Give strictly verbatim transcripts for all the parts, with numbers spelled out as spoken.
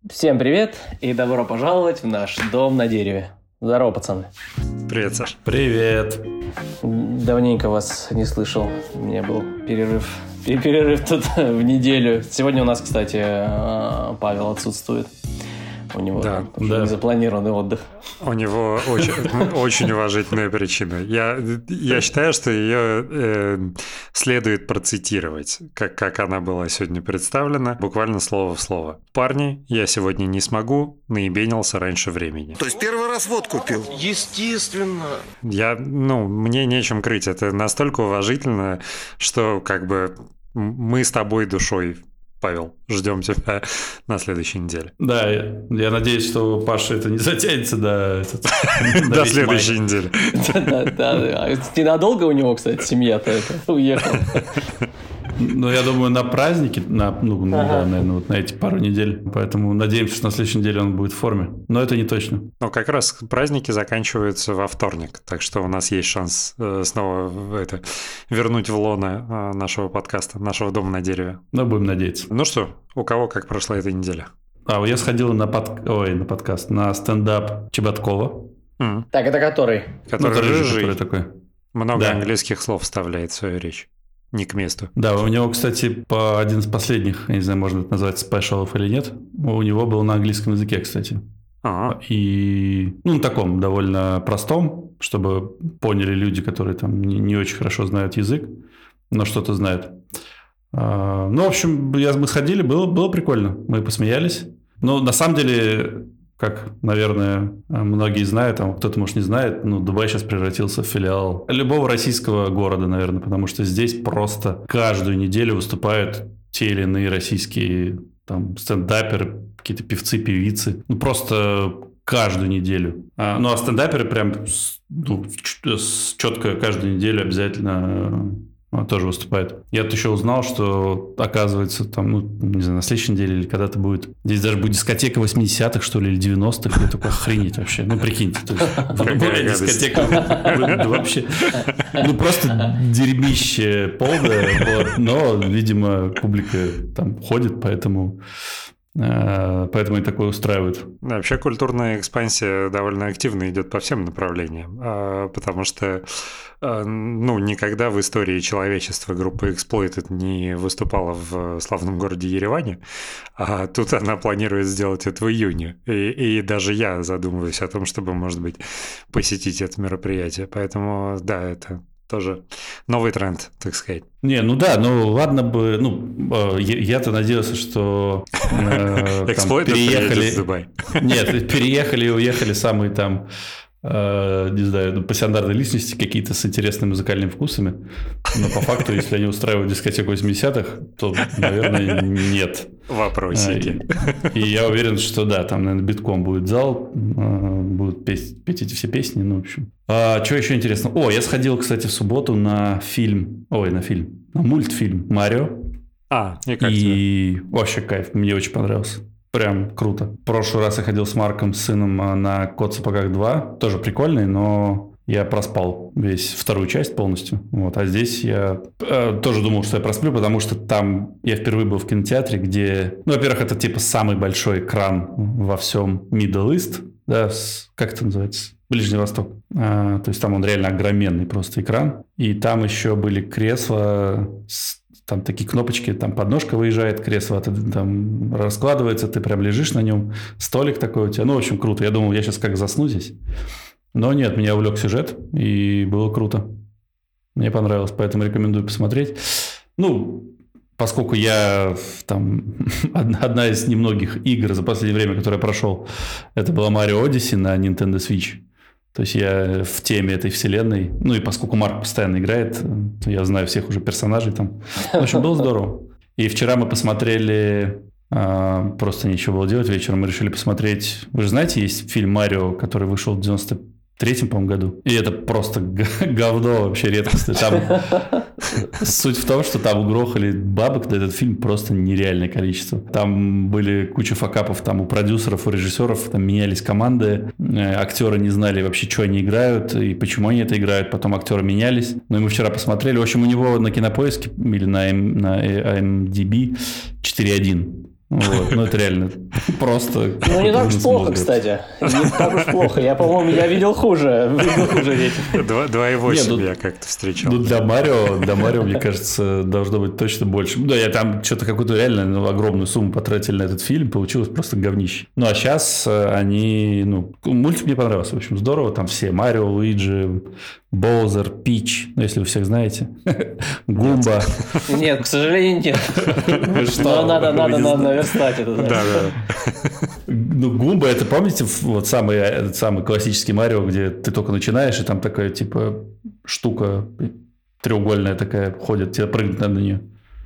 Всем привет и добро пожаловать в наш дом на дереве. Здорово, пацаны. Привет, Саш. Привет. Давненько вас не слышал. У меня был перерыв. Перерыв тут в неделю. Сегодня у нас, кстати, Павел отсутствует. У него да, там да. незапланированный отдых. У него очень, очень уважительная причина. Я, я считаю, что ее э, следует процитировать, как, как она была сегодня представлена, буквально слово в слово. «Парни, я сегодня не смогу, наебенился раньше времени». То есть первый раз водку пил? Естественно. Я, ну, мне нечем крыть. Это настолько уважительно, что как бы мы с тобой душой, Павел, ждем тебя на следующей неделе. Да, я, я надеюсь, что Паша это не затянется до, до следующей недели. Ненадолго у него, кстати, семья-то уехала. Ну, я думаю, на праздники, на, ну, ага. да, наверное, вот на эти пару недель. Поэтому надеемся, что на следующей неделе он будет в форме. Но это не точно. Ну, как раз праздники заканчиваются во вторник. Так что у нас есть шанс э, снова это, вернуть в лоно э, нашего подкаста, нашего дома на дереве. Ну, будем надеяться. Ну что, у кого как прошла эта неделя? А, я сходил на, под... Ой, на подкаст, на стендап Чеботкова. Mm. Так, это который? Который, который рыжий, который такой. Много да. английских слов вставляет в свою речь. Не к месту. Да, у него, кстати, по один из последних, я не знаю, можно это назвать спешалов или нет, у него был на английском языке, кстати. А-а. И, ну, на таком довольно простом, чтобы поняли люди, которые там не, не очень хорошо знают язык, но что-то знают. А, ну, в общем, я, мы сходили, было, было прикольно, мы посмеялись. Но на самом деле, как, наверное, многие знают, а кто-то, может, не знает, ну, Дубай сейчас превратился в филиал любого российского города, наверное, потому что здесь просто каждую неделю выступают те или иные российские там стендаперы, какие-то певцы, певицы. Ну, просто каждую неделю. А, ну, а стендаперы прям ну, четко каждую неделю обязательно тоже выступает. Я тут еще узнал, что, оказывается, там, ну, не знаю, на следующей неделе или когда-то будет... Здесь даже будет дискотека восьмидесятых, что ли, или девяностых. Я такой, охренеть вообще. Ну, прикиньте. То есть, в дискотека вообще... Ну, просто дерьмище полное. Но, видимо, публика там ходит, поэтому... Поэтому и такое устраивают. Вообще культурная экспансия довольно активно идет по всем направлениям, потому что ну, никогда в истории человечества группа Exploited не выступала в славном городе Ереване, а тут она планирует сделать это в июне. И, и даже я задумываюсь о том, чтобы, может быть, посетить это мероприятие. Поэтому, да, это... тоже новый тренд, так сказать. Не, ну да, ну ладно бы, ну, я-то надеялся, что э, там, переехали... в Дубай. Нет, переехали и уехали самые там, э, не знаю, пассионарные личности какие-то с интересными музыкальными вкусами. Но по факту, если они устраивают дискотеку восьмидесятых, то, наверное, нет. Вопросики. И, и я уверен, что да, там, наверное, битком будет зал, будут петь, петь эти все песни, ну, в общем. А, что еще интересно? О, я сходил, кстати, в субботу на фильм, ой, на фильм, на мультфильм «Марио». А, и как И тебе? Вообще кайф, мне очень понравился. Прям круто. В прошлый раз я ходил с Марком, с сыном на «Кот в сапогах два». Тоже прикольный, но... Я проспал весь вторую часть полностью. Вот. А здесь я э, тоже думал, что я просплю, потому что там я впервые был в кинотеатре, где... Ну, во-первых, это типа самый большой экран во всем Middle East. Да, с, как это называется? Ближний Восток. А, то есть там он реально огроменный просто экран. И там еще были кресла... С, там такие кнопочки, там подножка выезжает, кресло ты, там раскладывается, ты прям лежишь на нем. Столик такой у тебя. Ну, в общем, круто. Я думал, я сейчас как засну здесь. Но нет, меня увлек сюжет, и было круто. Мне понравилось, поэтому рекомендую посмотреть. Ну, поскольку я там одна, одна из немногих игр за последнее время, которую я прошел, это была Mario Odyssey на Nintendo Switch. То есть я в теме этой вселенной. Ну и поскольку Марк постоянно играет, я знаю всех уже персонажей там. В общем, было здорово. И вчера мы посмотрели... Просто нечего было делать. Вечером мы решили посмотреть... Вы же знаете, есть фильм «Марио», который вышел в девяносто третьем, по-моему, году. И это просто говно вообще редкостное. Там суть в том, что там угрохали бабок на этот фильм просто нереальное количество. Там были куча факапов там у продюсеров, у режиссеров, там менялись команды, актеры не знали вообще, что они играют и почему они это играют, потом актеры менялись. Ну и мы вчера посмотрели. В общем, у него на Кинопоиске или на, на ай эм ди би четыре один. Вот, ну это реально просто... Ну не так уж плохо, кстати. Не так уж плохо. Я, по-моему, я видел хуже. Видел хуже рейтинг. два и восемь я как-то встречал. Ну для Марио, для Марио, мне кажется, должно быть точно больше. Да, я там что-то какую-то реально ну, огромную сумму потратил на этот фильм, получилось просто говнище. Ну а сейчас они, ну, мультик мне понравился, в общем, здорово. Там все Марио, Луиджи, Боузер, Пич, ну если вы всех знаете, Гумба. Нет, к сожалению, нет. Что? Надо, надо, надо наверстать это. Да, да. Ну, Гумба, это помните, вот самый, этот самый классический Марио, где ты только начинаешь, и там такая, типа, штука треугольная такая ходит, тебе прыгнуть надо на нее.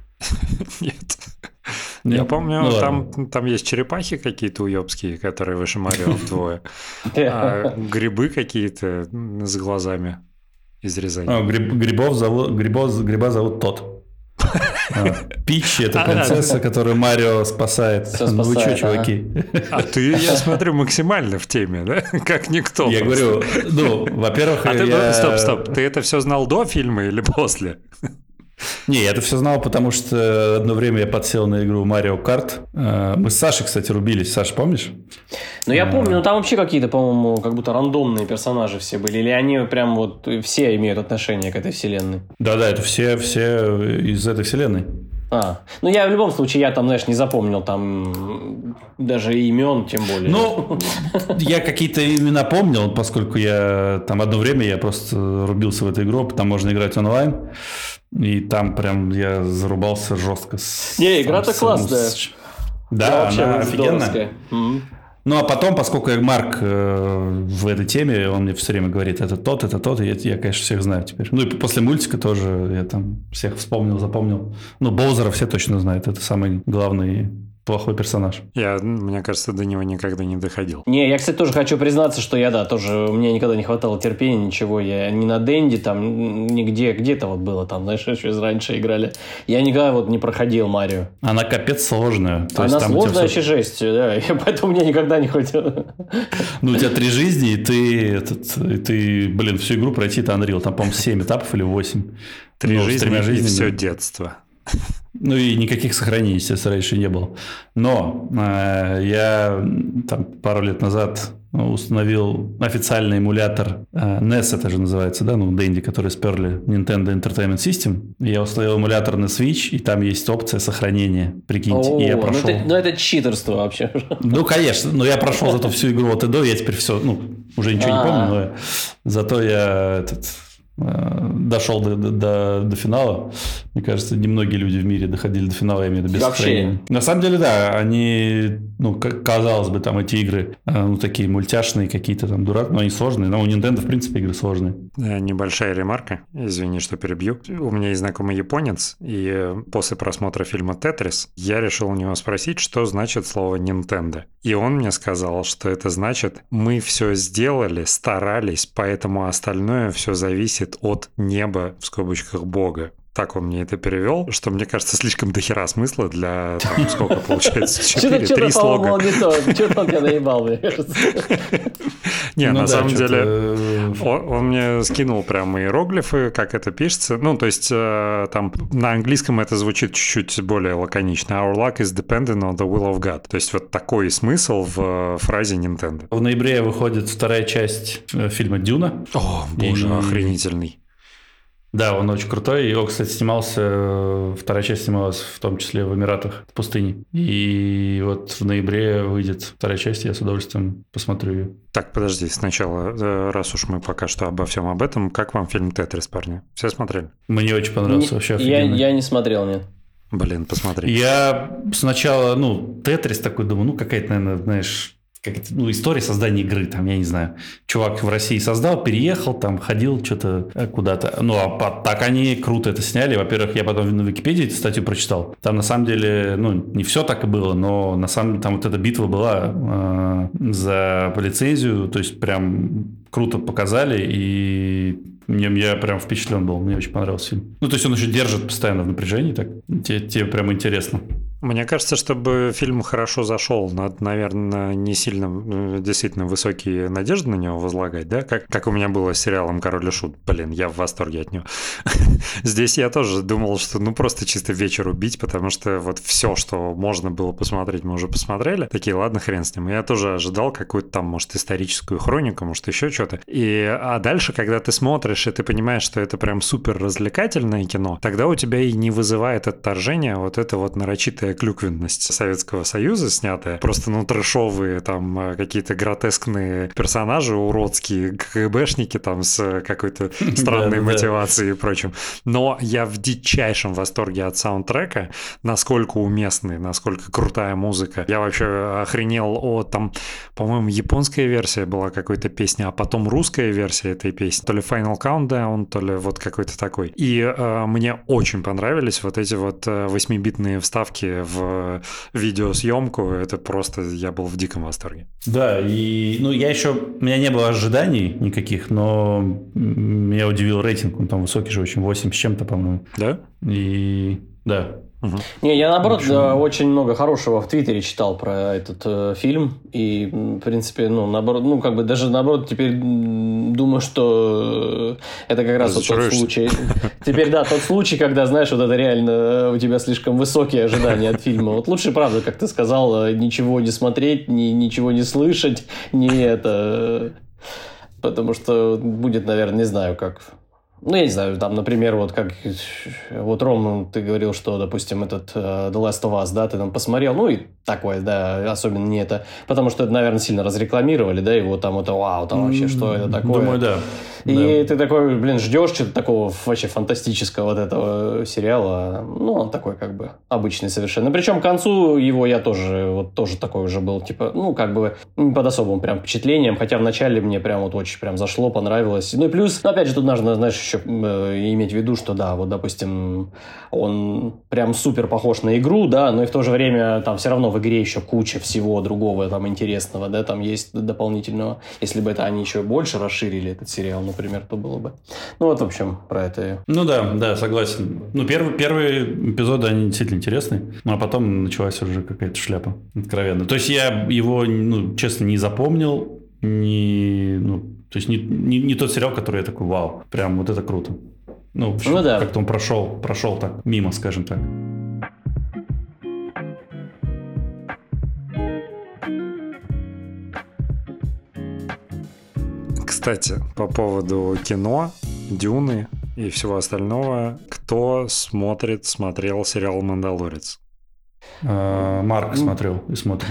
Нет. Нет? Я помню, Ну, там, там есть черепахи какие-то уебские, которые выше Марио вдвое. А грибы какие-то с глазами изрезать. А, гриб, грибов зовут, грибов, гриба зовут Тот. А, Пич – это принцесса, которую Марио спасает. Всё Ну вы что, спасает, чуваки? А ты, я смотрю, максимально в теме, да? Как никто. Я просто. говорю, ну, во-первых, А ты, я... стоп, стоп, ты это все знал до фильма или после? Не, я это все знал, потому что одно время я подсел на игру Mario Kart. Мы с Сашей, кстати, рубились. Саш, помнишь? Ну, я помню, ну там вообще какие-то, по-моему, как будто рандомные персонажи все были. Или они прям вот все имеют отношение к этой вселенной? Да-да, это все, все из этой вселенной. А, ну я в любом случае, я там, знаешь, не запомнил там даже имен, тем более. Ну, я какие-то имена помнил, поскольку я там одно время я просто рубился в эту игру, там можно играть онлайн, и там прям я зарубался жестко. С, не, игра-то с, классная. С, да, она офигенная. Ну, а потом, поскольку я Марк э, в этой теме, он мне все время говорит, это тот, это тот, и я, я, конечно, всех знаю теперь. Ну, и после мультика тоже я там всех вспомнил, запомнил. Ну, Боузера все точно знают, это самый главный плохой персонаж. Я, мне кажется, до него никогда не доходил. Не, я, кстати, тоже хочу признаться, что я, да, тоже, у меня никогда не хватало терпения, ничего, я ни на Денди, там, нигде, где-то вот было, там, знаешь, еще из раньше играли. Я никогда вот не проходил Марио. Она капец сложная. То Она есть, там сложная вообще все... жесть, да, и поэтому мне никогда не хватило. Ну, у тебя три жизни, и ты, этот, и ты, блин, всю игру пройти, это Unreal, там, по-моему, семь этапов или восемь. Три ну, жизни и все детство. Ну и никаких сохранений, естественно, раньше не было. Но э, я там пару лет назад установил официальный эмулятор э, эн и эс, это же называется, да, ну, Dendy, который сперли Nintendo Entertainment System. Я установил эмулятор на Switch, и там есть опция сохранения, прикиньте. О, и я прошел... ну, это, ну это читерство вообще. Ну, конечно, но я прошел зато всю игру от и до, я теперь все, ну, уже ничего не помню, но зато я этот... дошел до, до, до финала. Мне кажется, немногие люди в мире доходили до финала, я имею в виду без сохранения. На самом деле, да, они, ну, казалось бы, там эти игры, ну, такие мультяшные какие-то там дурак, но они сложные. Но у Nintendo, в принципе, игры сложные. Небольшая ремарка, извини, что перебью. У меня есть знакомый японец, и после просмотра фильма «Тетрис» я решил у него спросить, что значит слово «Nintendo». И он мне сказал, что это значит «мы все сделали, старались, поэтому остальное все зависит от неба, в скобочках, Бога». Так он мне это перевел, что, мне кажется, слишком дохера смысла для, там, сколько получается, четыре-три слога. Что-то он тебя наебал, мне кажется. Не, на самом деле, он мне скинул прям иероглифы, как это пишется. Ну, то есть, там на английском это звучит чуть-чуть более лаконично. Our luck is dependent on the will of God. То есть, вот такой смысл в фразе Nintendo. В ноябре выходит вторая часть фильма «Дюна». О, боже, охренительный. Да, он очень крутой. Его, кстати, снимался, вторая часть снималась в том числе в Эмиратах, в пустыне. И вот в ноябре выйдет вторая часть, я с удовольствием посмотрю ее. Так, подожди, сначала, раз уж мы пока что обо всем об этом, как вам фильм «Тетрис», парни? Все смотрели? Мне очень понравился, не, вообще офигенно. Я, я не смотрел, нет. Блин, посмотри. Я сначала, ну, «Тетрис» такой думаю, ну, какая-то, наверное, знаешь... Как это, ну, история создания игры, там, я не знаю, чувак в России создал, переехал, там, ходил что-то куда-то. Ну, а так они круто это сняли. Во-первых, я потом на Википедии эту статью прочитал. Там, на самом деле, ну, не все так и было, но, на самом деле, там вот эта битва была э, за лицензию, то есть, прям круто показали, и мне, я прям впечатлен был, мне очень понравился фильм. Ну, то есть он еще держит постоянно в напряжении, так, тебе, тебе прям интересно. Мне кажется, чтобы фильм хорошо зашел, надо, наверное, не сильно действительно высокие надежды на него возлагать, да? Как, как у меня было с сериалом «Король и Шут». Блин, я в восторге от него. Здесь я тоже думал, что ну просто чисто вечер убить, потому что вот все, что можно было посмотреть, мы уже посмотрели. Такие, ладно, хрен с ним. Я тоже ожидал какую-то там, может, историческую хронику, может, еще что-то. И, а дальше, когда ты смотришь, и ты понимаешь, что это прям супер развлекательное кино, тогда у тебя и не вызывает отторжения вот это вот нарочитое клюквенность Советского Союза снятая, просто ну трэшовые там какие-то гротескные персонажи уродские, КГБшники там с какой-то странной мотивацией и прочим. Но я в дичайшем восторге от саундтрека, насколько уместный, насколько крутая музыка. Я вообще охренел от там, по-моему, японская версия была какой-то песни, а потом русская версия этой песни. То ли Final Countdown, то ли вот какой-то такой. И э, мне очень понравились вот эти вот восьмибитные вставки в видеосъемку. Это просто, я был в диком восторге. Да, и ну я еще, у меня не было ожиданий никаких, но меня удивил рейтинг, он там высокий же, очень восемь с чем-то, по-моему. Да? И да. Угу. Не, я наоборот да, очень много хорошего в Твиттере читал про этот э, фильм. И, в принципе, ну, наоборот, ну, как бы даже наоборот, теперь думаю, что это как раз вот тот случай. Теперь, да, тот случай, когда, знаешь, вот это реально у тебя слишком высокие ожидания от фильма. Вот лучше, правда, как ты сказал, ничего не смотреть, ни, ничего не слышать, не это. Потому что будет, наверное, не знаю, как. Ну, я не знаю, там, например, вот как... Вот, Ром, ты говорил, что, допустим, этот uh, The Last of Us, да, ты там посмотрел, ну, и такое, да, особенно не это, потому что это, наверное, сильно разрекламировали, да, его там, это, вау, там вообще, что это такое? Думаю, да. И да. ты такой, блин, ждешь что-то такого вообще фантастического вот этого сериала, ну, он такой, как бы, обычный совершенно. Причем к концу его я тоже, вот, тоже такой уже был, типа, ну, как бы, под особым прям впечатлением, хотя вначале мне прям вот очень прям зашло, понравилось. Ну, и плюс, ну, опять же, тут нужно, знаешь, еще иметь в виду, что да, вот, допустим, он прям супер похож на игру, да, но и в то же время там все равно в игре еще куча всего другого там интересного, да, там есть дополнительного. Если бы это они еще больше расширили этот сериал, например, то было бы. Ну вот, в общем, про это. Ну да, да, согласен. Ну, первый, первые эпизоды, они действительно интересны, ну а потом началась уже какая-то шляпа откровенно. То есть я его, ну, честно, не запомнил, не, ну, то есть не, не, не тот сериал, который я такой, вау, прям вот это круто. Ну, в общем, ну да. Как-то он прошел, прошел так, мимо, скажем так. Кстати, по поводу кино, Дюны и всего остального, кто смотрит, смотрел сериал «Мандалорец»? А, Марк смотрел и смотрит.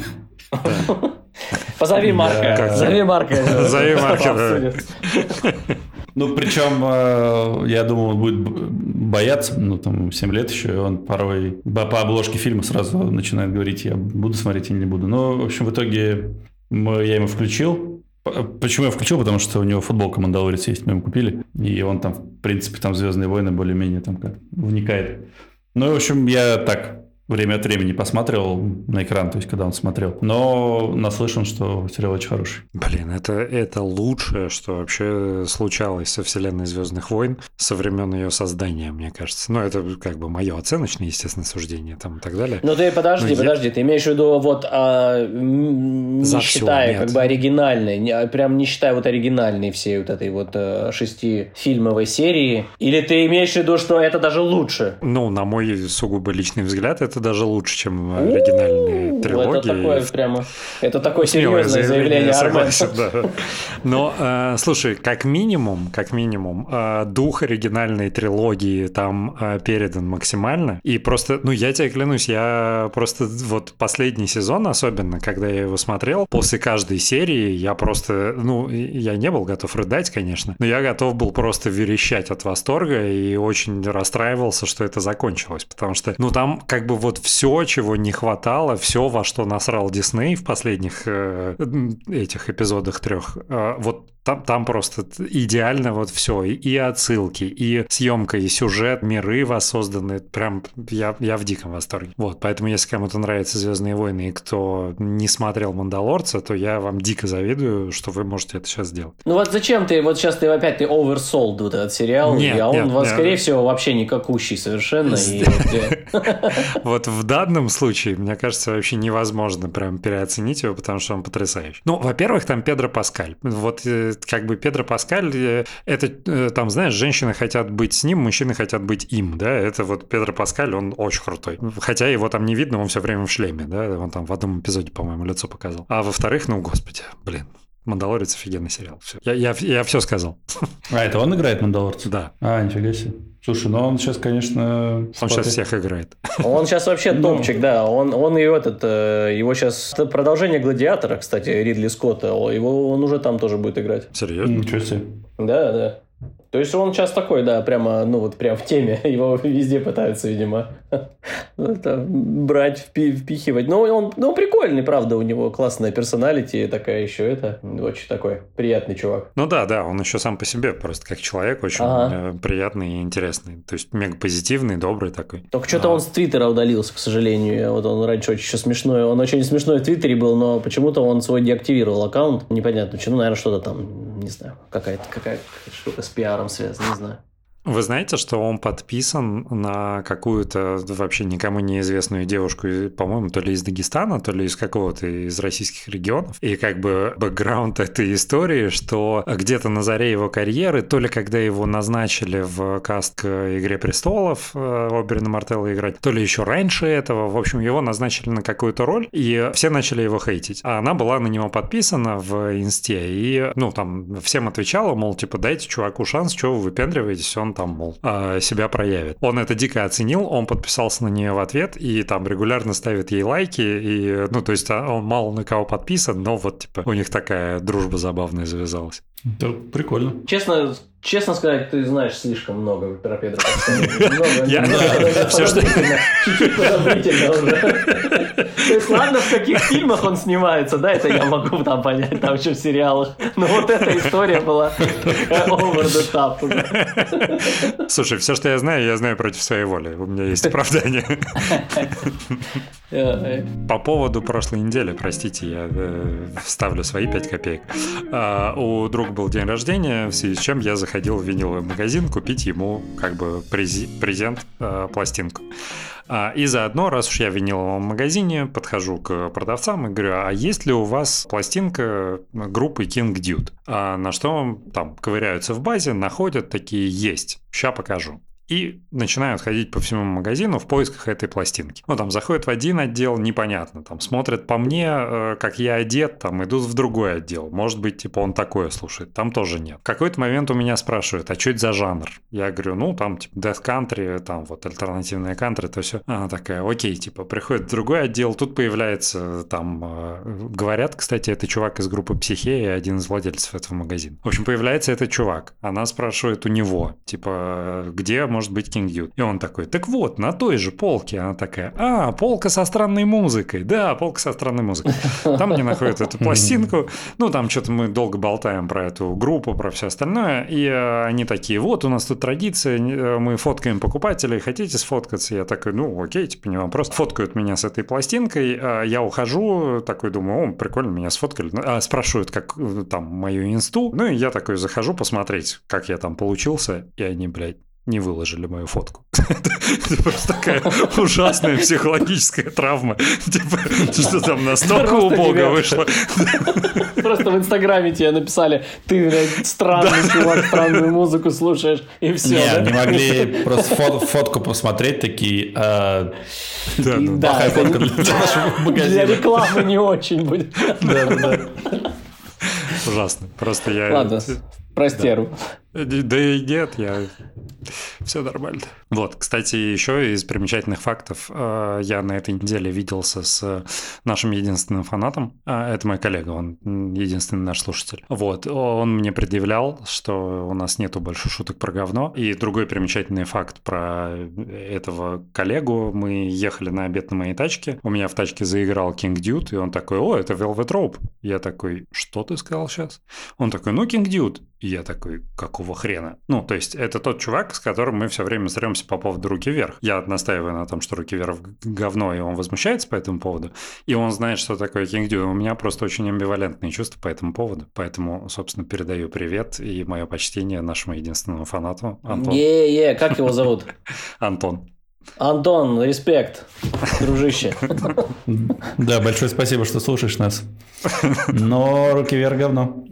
Позови Марка. Зови Марка. Зови Марка. Ну, причем, я думал, он будет бояться, ну, там, семь лет еще, и он порой по обложке фильма сразу начинает говорить, я буду смотреть или не буду. Но, в общем, в итоге я ему включил. Почему я включил? Потому что у него футболка «Мандалорец» есть, мы ему купили, и он там, в принципе, там «Звездные войны» более-менее там как вникает. Ну, в общем, я так... время от времени посматривал на экран, то есть когда он смотрел. Но наслышан, что сериал очень хороший. Блин, это, это лучшее, что вообще случалось со вселенной «Звездных войн» со времен ее создания, мне кажется. Ну, это как бы мое оценочное, естественно, суждение там и так далее. Ну, ты подожди, Но подожди, я... ты имеешь в виду вот а, не За считая все, как бы оригинальной, прям не считая вот оригинальной всей вот этой вот а, шестифильмовой серии, или ты имеешь в виду, что это даже лучше? Ну, на мой сугубо личный взгляд, это даже лучше, чем оригинальные трилогии. Это такое прямо, это такое серьезное заявление, Армен. Да. Но, э, слушай, как минимум, как минимум, э, дух оригинальной трилогии там э, передан максимально. И просто, ну, я тебе клянусь, я просто вот последний сезон, особенно, когда я его смотрел, после каждой серии я просто, ну, я не был готов рыдать, конечно, но я готов был просто верещать от восторга и очень расстраивался, что это закончилось, потому что, ну, там как бы вот все, чего не хватало, все, во что насрал Дисней в последних э, этих эпизодах трех, э, вот там, там просто идеально вот все, и, и отсылки, и съемка, и сюжет, миры воссозданы, прям я, я в диком восторге. Вот, поэтому если кому-то нравятся «Звездные войны» и кто не смотрел «Мандалорца», то я вам дико завидую, что вы можете это сейчас сделать. Ну вот зачем ты, вот сейчас ты опять ты oversold вот этот сериал, нет, а он, нет, вот, нет. скорее всего, вообще никакущий совершенно. Вот в данном случае, мне кажется, вообще невозможно прям переоценить его, потому что он потрясающий. Ну, во-первых, там Педро Паскаль. Вот как бы Педро Паскаль, это там, знаешь, женщины хотят быть с ним, мужчины хотят быть им, да, это вот Педро Паскаль, он очень крутой. Хотя его там не видно, он все время в шлеме, да, он там в одном эпизоде, по-моему, лицо показал. А во-вторых, ну, господи, блин, «Мандалорец» офигенный сериал. Все. Я, я, я все сказал. А, это он играет «Мандалорца»? Да. А, нифига себе. Слушай, ну он сейчас, конечно... Он сейчас всех играет. Он сейчас вообще Ну. топчик, да. Он, он и этот, его сейчас... Это продолжение «Гладиатора», кстати, Ридли Скотта. Его, он уже там тоже будет играть. Серьезно? Ничего себе. Да, да. То есть он сейчас такой, да, прямо, ну вот прям в теме. Его везде пытаются, видимо, брать, впихивать. Но он, ну, прикольный, правда, у него классная персоналити, такая еще это, очень такой приятный чувак. Ну да, да, он еще сам по себе просто как человек очень ага. приятный и интересный. То есть мега позитивный, добрый такой. Только что-то а. он с Твиттера удалился, к сожалению. Вот он раньше очень еще смешной. Он очень смешной в Твиттере был, но почему-то он свой деактивировал аккаунт. Непонятно почему, наверное, что-то там, не знаю, какая-то какая-то штука с пиаром связано, не знаю. Вы знаете, что он подписан на какую-то вообще никому неизвестную девушку, по-моему, то ли из Дагестана, то ли из какого-то из российских регионов. И как бы бэкграунд этой истории, что где-то на заре его карьеры, то ли когда его назначили в каст к «Игре престолов» Оберина Мартелла играть, то ли еще раньше этого. В общем, его назначили на какую-то роль, и все начали его хейтить. А она была на него подписана в инсте, и, ну, там, всем отвечала, мол, типа, дайте чуваку шанс, что вы выпендриваетесь, он там, мол, себя проявит. Он это дико оценил, он подписался на нее в ответ и там регулярно ставит ей лайки, и, ну, то есть он мало на кого подписан, но вот, типа, у них такая дружба забавная завязалась. Это прикольно. Честно, честно сказать, ты знаешь слишком много про Педро Паскаля. Много, все, что... Чуть-чуть подозрительно уже. То есть, ладно, в каких фильмах он снимается, да, это я могу там понять, там еще в сериалах. Но вот эта история была over the top уже. Слушай, все, что я знаю, я знаю против своей воли. У меня есть оправдание. По поводу прошлой недели, простите, я э, вставлю свои пять копеек. А, у друга был день рождения, в связи с чем я заходил в виниловый магазин купить ему как бы прези- презент, э, пластинку. А, и заодно, раз уж я в виниловом магазине, подхожу к продавцам и говорю, а есть ли у вас пластинка группы King Dude? А, на что там ковыряются в базе, находят, такие есть, ща покажу. И начинают ходить по всему магазину в поисках этой пластинки. Ну, там, заходят в один отдел, непонятно, там, смотрят по мне, э, как я одет, там, идут в другой отдел. Может быть, типа, он такое слушает, там тоже нет. В какой-то момент у меня спрашивают, а что это за жанр? Я говорю, ну, там, типа, death country, там, вот, альтернативное кантри, то все. Она такая, окей, типа, приходит в другой отдел, тут появляется, там, э, говорят, кстати, это чувак из группы Психея, один из владельцев этого магазина. В общем, появляется этот чувак. Она спрашивает у него, типа, где может быть King Dude. И он такой, так вот, на той же полке. Она такая, а, полка со странной музыкой. Да, полка со странной музыкой. Там мне находят эту пластинку. Ну, там что-то мы долго болтаем про эту группу, про все остальное. И э, они такие, вот, у нас тут традиция, мы фоткаем покупателей, хотите сфоткаться? Я такой, ну, окей, типа, не вам. Просто фоткают меня с этой пластинкой. Э, я ухожу, такой думаю, о, прикольно, меня сфоткали. А, спрашивают, как там мою инсту. Ну, и я такой захожу посмотреть, как я там получился. И они, блядь, не выложили мою фотку. Это просто такая ужасная психологическая травма. Типа, что там настолько убого вышло. Просто в Инстаграме тебе написали, ты, блядь, странный чувак, странную музыку слушаешь, и все. Не, не могли просто фотку посмотреть, такие... Да, для рекламы не очень будет. Да, да, да. Ужасно. Просто я... Ладно, прости, Ру. Да и нет, я Все нормально. Вот, кстати, еще из примечательных фактов. Я на этой неделе виделся с нашим единственным фанатом. Это мой коллега, он единственный наш слушатель. Вот, он мне предъявлял, что у нас нету больше шуток про говно. И другой примечательный факт про этого коллегу. Мы ехали на обед на моей тачке. У меня в тачке заиграл King Dude, и он такой: о, это Velvet Rope. Я такой: что ты сказал сейчас? Он такой: ну, King Dude. И я такой: какого хрена? Ну, то есть, это тот чувак, с которым мы все время сремся по поводу руки вверх. Я настаиваю на том, что руки вверх говно, и он возмущается по этому поводу. И он знает, что такое King Dude. У меня просто очень амбивалентные чувства по этому поводу. Поэтому, собственно, передаю привет и мое почтение нашему единственному фанату, Антону. Е-е, как его зовут? Антон. Антон, респект, дружище. Да, большое спасибо, что слушаешь нас. Но руки вверх говно.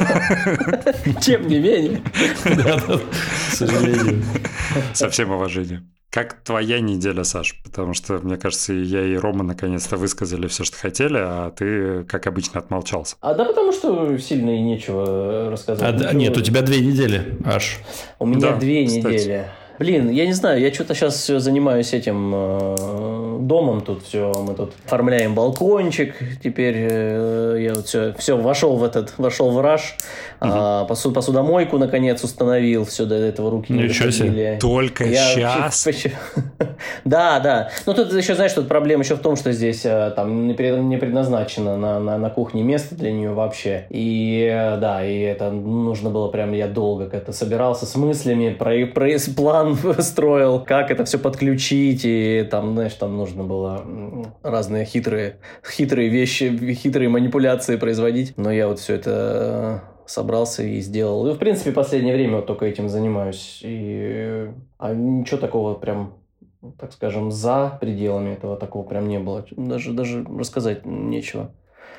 Тем не менее. Да, да, к сожалению. Со всем уважением. Как твоя неделя, Саш? Потому что, мне кажется, я и Рома наконец-то высказали все, что хотели, а ты, как обычно, отмолчался. А да потому что сильно и нечего рассказать. А, нет, у тебя две недели аж. У меня да, две кстати. недели. Блин, я не знаю, я что-то сейчас все занимаюсь этим э, домом тут все, мы тут оформляем балкончик, теперь э, я вот все, все вошел в этот, вошел в раж, угу. а, посуд, посудомойку наконец установил, все до этого руки не доходили. Только я сейчас? Вообще, да, да. Ну тут еще, знаешь, тут проблема еще в том, что здесь там не предназначено на, на, на кухне место для нее вообще. И да, и это нужно было прям, я долго как-то собирался с мыслями, про, про план строил, как это все подключить, и там, знаешь, там нужно было разные хитрые, хитрые вещи, хитрые манипуляции производить. Но я вот все это собрался и сделал. И, в принципе, в последнее время вот только этим занимаюсь. И... А ничего такого прям, так скажем, за пределами этого такого прям не было. Даже, даже рассказать нечего.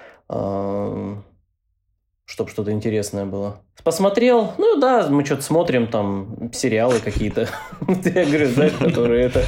Чтобы что-то интересное было. Посмотрел, ну да, мы что-то смотрим, там, сериалы какие-то. Я говорю, знаешь, которые это...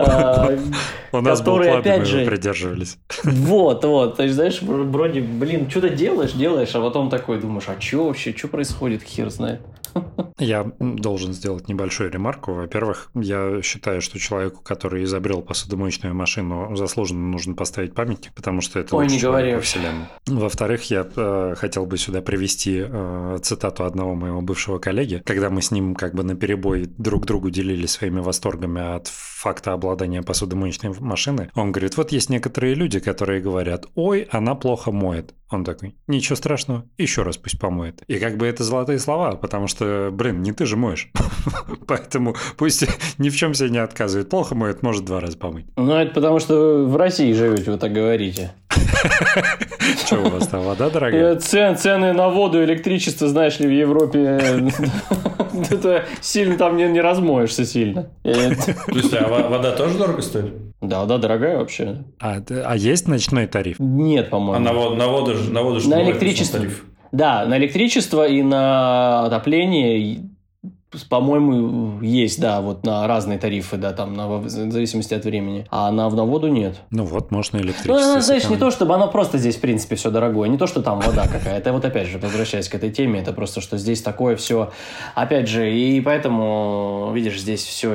У нас был план, мы его придерживались. Вот, вот. То есть, знаешь, вроде, блин, что-то делаешь, делаешь, а потом такой думаешь, а что вообще, что происходит, хер знает. Я должен сделать небольшую ремарку. Во-первых, я считаю, что человеку, который изобрел посудомоечную машину, заслуженно нужно поставить памятник, потому что это лучший человек во вселенной. Во-вторых, я э, хотел бы сюда привести э, цитату одного моего бывшего коллеги, когда мы с ним как бы наперебой друг другу делились своими восторгами от факта обладания посудомоечной машины. Он говорит: вот есть некоторые люди, которые говорят: ой, она плохо моет. Он такой: ничего страшного, еще раз пусть помоет. И как бы это золотые слова, потому что, блин, не ты же моешь. Поэтому пусть ни в чем себе не отказывает. Плохо моет, может два раза помыть. Ну, это потому что вы в России живете, вы так говорите. Что у вас там, вода дорогая? Цен, цены на воду, электричество, знаешь ли, в Европе это сильно там не, не размоешься сильно. То есть, а вода тоже дорого стоит? Да, вода дорогая вообще. А, а есть ночной тариф? Нет, по-моему. А на воду, на воду, на воду что? На электричество. Да, на электричество и на отопление, по-моему, есть, да, вот на разные тарифы, да, там, на, в зависимости от времени. А на, на воду нет. Ну вот, можно электричество. Ну, она, знаешь, не то, чтобы оно просто здесь, в принципе, все дорогое, не то, что там вода какая-то. Вот опять же, возвращаясь к этой теме, это просто, что здесь такое все, опять же, и поэтому, видишь, здесь все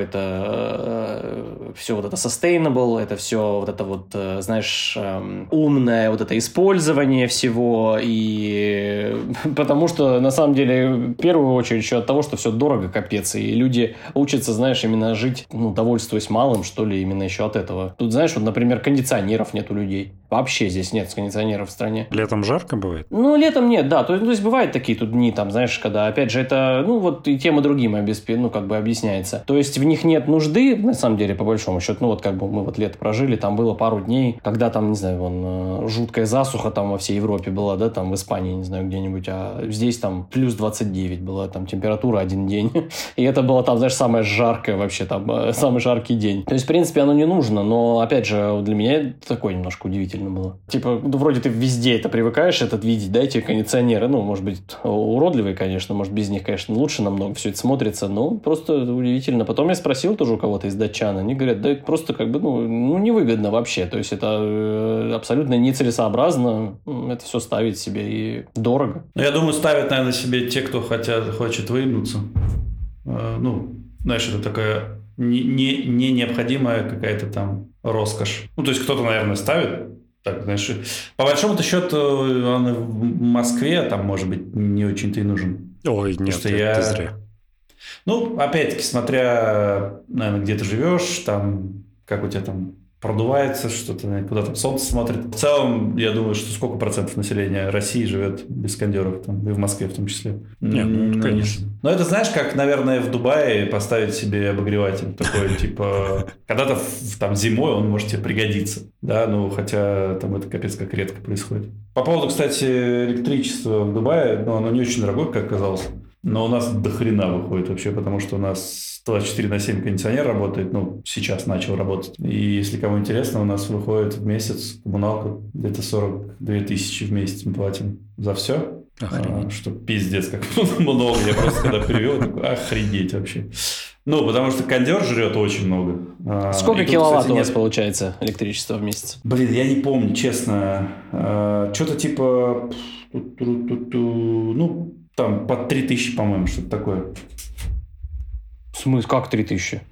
это, все вот это sustainable, это все вот это вот, знаешь, умное вот это использование всего, и потому что, на самом деле, в первую очередь еще от того, что все дорого, капец, и люди учатся, знаешь, именно жить, ну, довольствуясь малым, что ли, именно еще от этого. Тут, знаешь, вот, например, кондиционеров нет у людей. Вообще здесь нет кондиционеров в стране. Летом жарко бывает? Ну, летом нет, да. То, то есть, бывают такие тут дни, там, знаешь, когда, опять же, это, ну, вот и тем и другим обесп... ну, как бы объясняется. То есть, в них нет нужды, на самом деле, по большому счету. Ну, вот как бы мы вот лето прожили, там было пару дней, когда там, не знаю, вон, жуткая засуха там во всей Европе была, да, там в Испании, не знаю, где-нибудь, а здесь там плюс двадцать девять была, там температура один день. И это было там, знаешь, самое жаркое вообще, там, самый жаркий день. То есть, в принципе, оно не нужно, но, опять же, для меня это такое немножко удивительно было. Типа, ну, вроде ты везде это привыкаешь, этот видеть, да, эти кондиционеры, ну, может быть, уродливые, конечно, может, без них, конечно, лучше намного все это смотрится, но просто удивительно. Потом я спросил тоже у кого-то из датчан, они говорят, да это просто как бы, ну, ну невыгодно вообще, то есть, это абсолютно нецелесообразно, это все ставить себе и дорого. Я думаю, ставят, наверное, себе те, кто хотят, хочет выебнуться. Ну, знаешь, это такая не, не, не необходимая какая-то там роскошь. Ну, то есть кто-то, наверное, ставит. Так, знаешь, по большому-то счету он в Москве там, может быть, не очень-то и нужен. Ой, нет, что это я... ты зря. Ну, опять-таки, смотря, наверное, где ты живешь, там, как у тебя там продувается, что-то, куда там солнце смотрит. В целом, я думаю, что сколько процентов населения России живет без кондеров, там, и в Москве в том числе. Нет, ну, конечно. Но это, знаешь, как, наверное, в Дубае поставить себе обогреватель такой, типа, когда-то там зимой он может тебе пригодиться, да, ну, хотя там это капец как редко происходит. По поводу, кстати, электричества в Дубае, ну, оно не очень дорогое, как оказалось, но у нас до хрена выходит вообще, потому что у нас двадцать четыре на семь кондиционер работает, ну, сейчас начал работать. И если кому интересно, у нас выходит в месяц коммуналка где-то сорок две тысячи в месяц мы платим за все. А, что пиздец как много. Я просто когда перевел, такой, охренеть вообще. Ну, потому что кондер жрет очень много. Сколько тут, киловатт кстати, у вас нет... получается электричество в месяц? Блин, я не помню, честно. А, что-то типа... Ну, там под три тысячи, по-моему, что-то такое. В смысле, как три тысячи?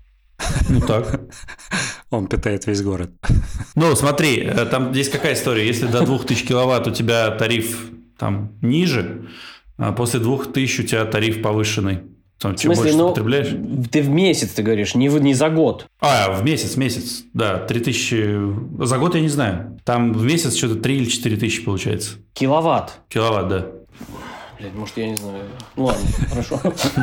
Ну так. Он питает весь город. Ну, смотри, там здесь какая история. Если до двух тысяч киловатт у тебя тариф там ниже, а после двух тысяч у тебя тариф повышенный. Там, в смысле, ну, потребляешь? Ты в месяц, ты говоришь, не, в, не за год. А, в месяц, месяц, да, три тысячи. За год я не знаю. Там в месяц что-то три или четыре тысячи получается. Киловатт? Киловатт, да. Блин, может, я не знаю. Ну ладно, хорошо.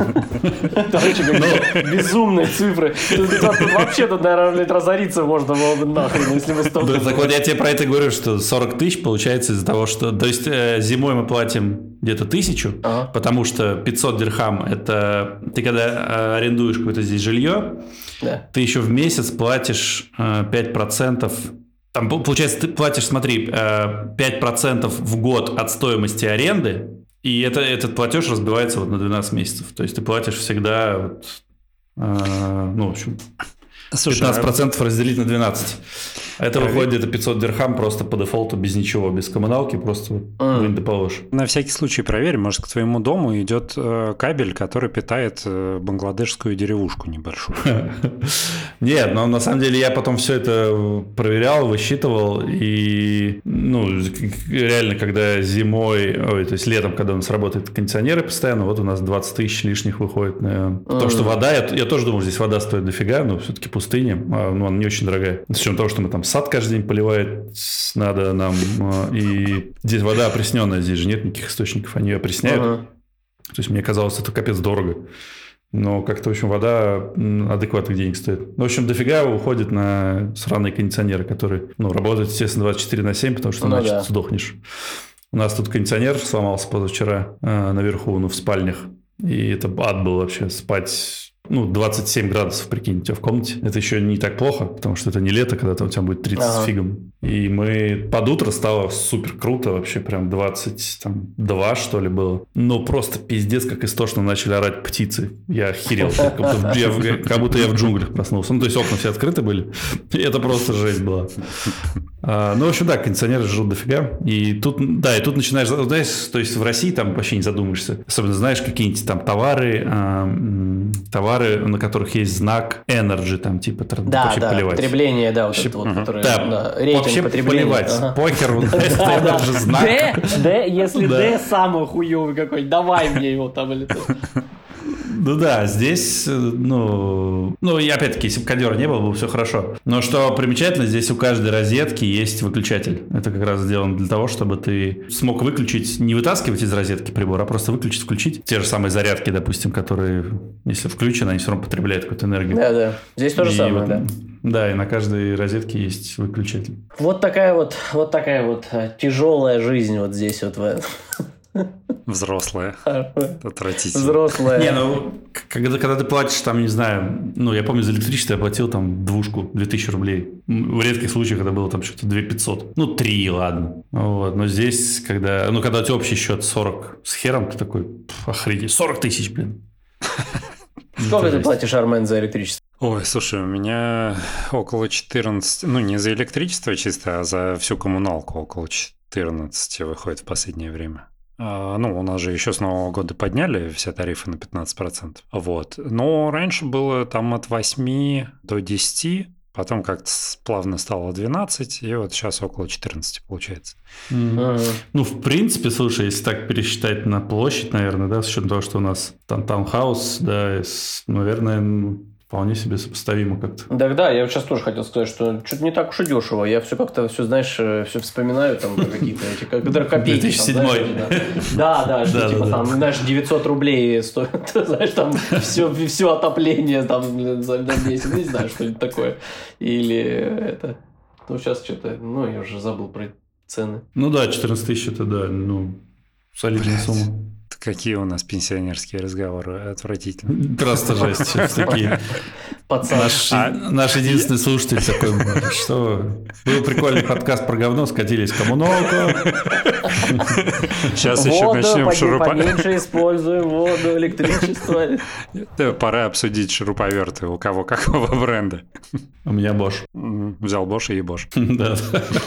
Короче, безумные цифры. Тут вообще, тут, наверное, разориться можно было бы нахрен, если бы столько... Так вот, я тебе про это говорю, что сорок тысяч получается из-за того, что... То есть зимой мы платим где-то тысячу, потому что пятьсот дирхам – это... Ты когда арендуешь какое-то здесь жилье, ты еще в месяц платишь пять процентов... Там, получается, ты платишь, смотри, пять процентов в год от стоимости аренды, и это, этот платеж разбивается вот на двенадцать месяцев. То есть ты платишь всегда, вот, э, ну, в общем, пятнадцать процентов разделить на двенадцать. Это Проверь. Выходит где-то пятьсот дирхам просто по дефолту, без ничего, без коммуналки, просто mm. вынь да положь. На всякий случай проверь, может, к твоему дому идет э, кабель, который питает э, бангладешскую деревушку небольшую. Нет, но на самом деле я потом все это проверял, высчитывал, и, ну, реально, когда зимой, ой, то есть летом, когда у нас работают кондиционеры постоянно, вот у нас двадцать тысяч лишних выходит. Mm. Потому что вода, я, я тоже думал, здесь вода стоит дофига, но все-таки пустыня, ну, она не очень дорогая. С учетом того, что мы там сад каждый день поливать надо нам, и здесь вода опресненная, здесь же нет никаких источников, они ее опресняют. Ага. То есть мне казалось, это капец дорого. Но как-то, в общем, вода адекватных денег стоит. В общем, дофига уходит на сраные кондиционеры, которые, ну, работают, естественно, двадцать четыре на семь, потому что ну, иначе да. ты сдохнешь. У нас тут кондиционер сломался позавчера э, наверху, ну, в спальнях. И это ад был вообще, спать... Ну, двадцать семь градусов, прикинь, у тебя в комнате. Это еще не так плохо, потому что это не лето, когда там у тебя будет тридцать ага. с фигом. И мы под утро стало супер круто, вообще прям двадцать два, что ли, было. Но просто пиздец, как истошно начали орать птицы. Я охерел. Как будто я, как будто я в джунглях проснулся. Ну, то есть окна все открыты были. И это просто жесть была. А, ну, в общем, да, кондиционеры жрут дофига. И тут, да, и тут начинаешь, знаешь, то есть в России там вообще не задумаешься. Особенно знаешь, какие-нибудь там товары, а, товары, на которых есть знак Energy, там типа да, вообще да, поливать. Потребление, да, вот это вот, uh-huh. которое, да, да, рейтинг вообще потребления. Поливать, ага. Покер, Energy знак. Д, Д, если Д самый хуёвый какой, давай мне его там или то. Ну да, здесь, ну, ну и опять-таки, если бы кондера не было, было бы все хорошо. Но что примечательно, здесь у каждой розетки есть выключатель. Это как раз сделано для того, чтобы ты смог выключить, не вытаскивать из розетки прибор, а просто выключить, включить. Те же самые зарядки, допустим, которые, если включены, они все равно потребляют какую-то энергию. Да, да. Здесь то же и самое, вот, да. Да, и на каждой розетке есть выключатель. Вот такая вот, вот такая вот тяжелая жизнь вот здесь вот в Взрослая. Отвратительно. Взрослая. Не, ну, когда, когда ты платишь, там, не знаю, ну, я помню, за электричество я платил там двушку, две тысячи рублей. В редких случаях это было там что-то две тысячи пятьсот. Ну, три, ладно. Вот. Но здесь, когда, ну, когда у тебя общий счет сорок с хером, ты такой, охренеть, сорок тысяч, блин. Сколько ты платишь, Армен, за электричество? Ой, слушай, у меня около четырнадцати, ну, не за электричество чисто, а за всю коммуналку около четырнадцати выходит в последнее время. Ну, у нас же еще с Нового года подняли все тарифы на пятнадцать процентов. Вот. Но раньше было там от восьми до десяти, потом как-то плавно стало двенадцать, и вот сейчас около четырнадцати получается. Mm-hmm. Ну, в принципе, слушай, если так пересчитать на площадь, наверное, да, с учетом того, что у нас там таунхаус, да, с, наверное, вполне себе сопоставимо как-то. Да, да, я сейчас тоже хотел сказать, что что-то не так уж и дешево. Я все как-то, все, знаешь, все вспоминаю, там, какие-то эти, как копейки. две тысячи седьмой. Да, да, что типа там, знаешь, девятьсот рублей стоит, знаешь, там, все, все отопление там за месяц, не знаю, что-нибудь такое. Или это, ну, сейчас что-то, ну, я уже забыл про цены. Ну да, четырнадцать тысяч это, да, ну, солидная сумма. Какие у нас пенсионерские разговоры, отвратительно. Просто жесть. Такие. Наш, а... наш единственный слушатель такой, что был прикольный подкаст про говно, скатились в коммуналку. Сейчас еще начнем шуруповерты. Поменьше используем воду, электричество. Пора обсудить шуруповерты. У кого какого бренда? У меня Bosch. Взял Bosch и Bosch. Да.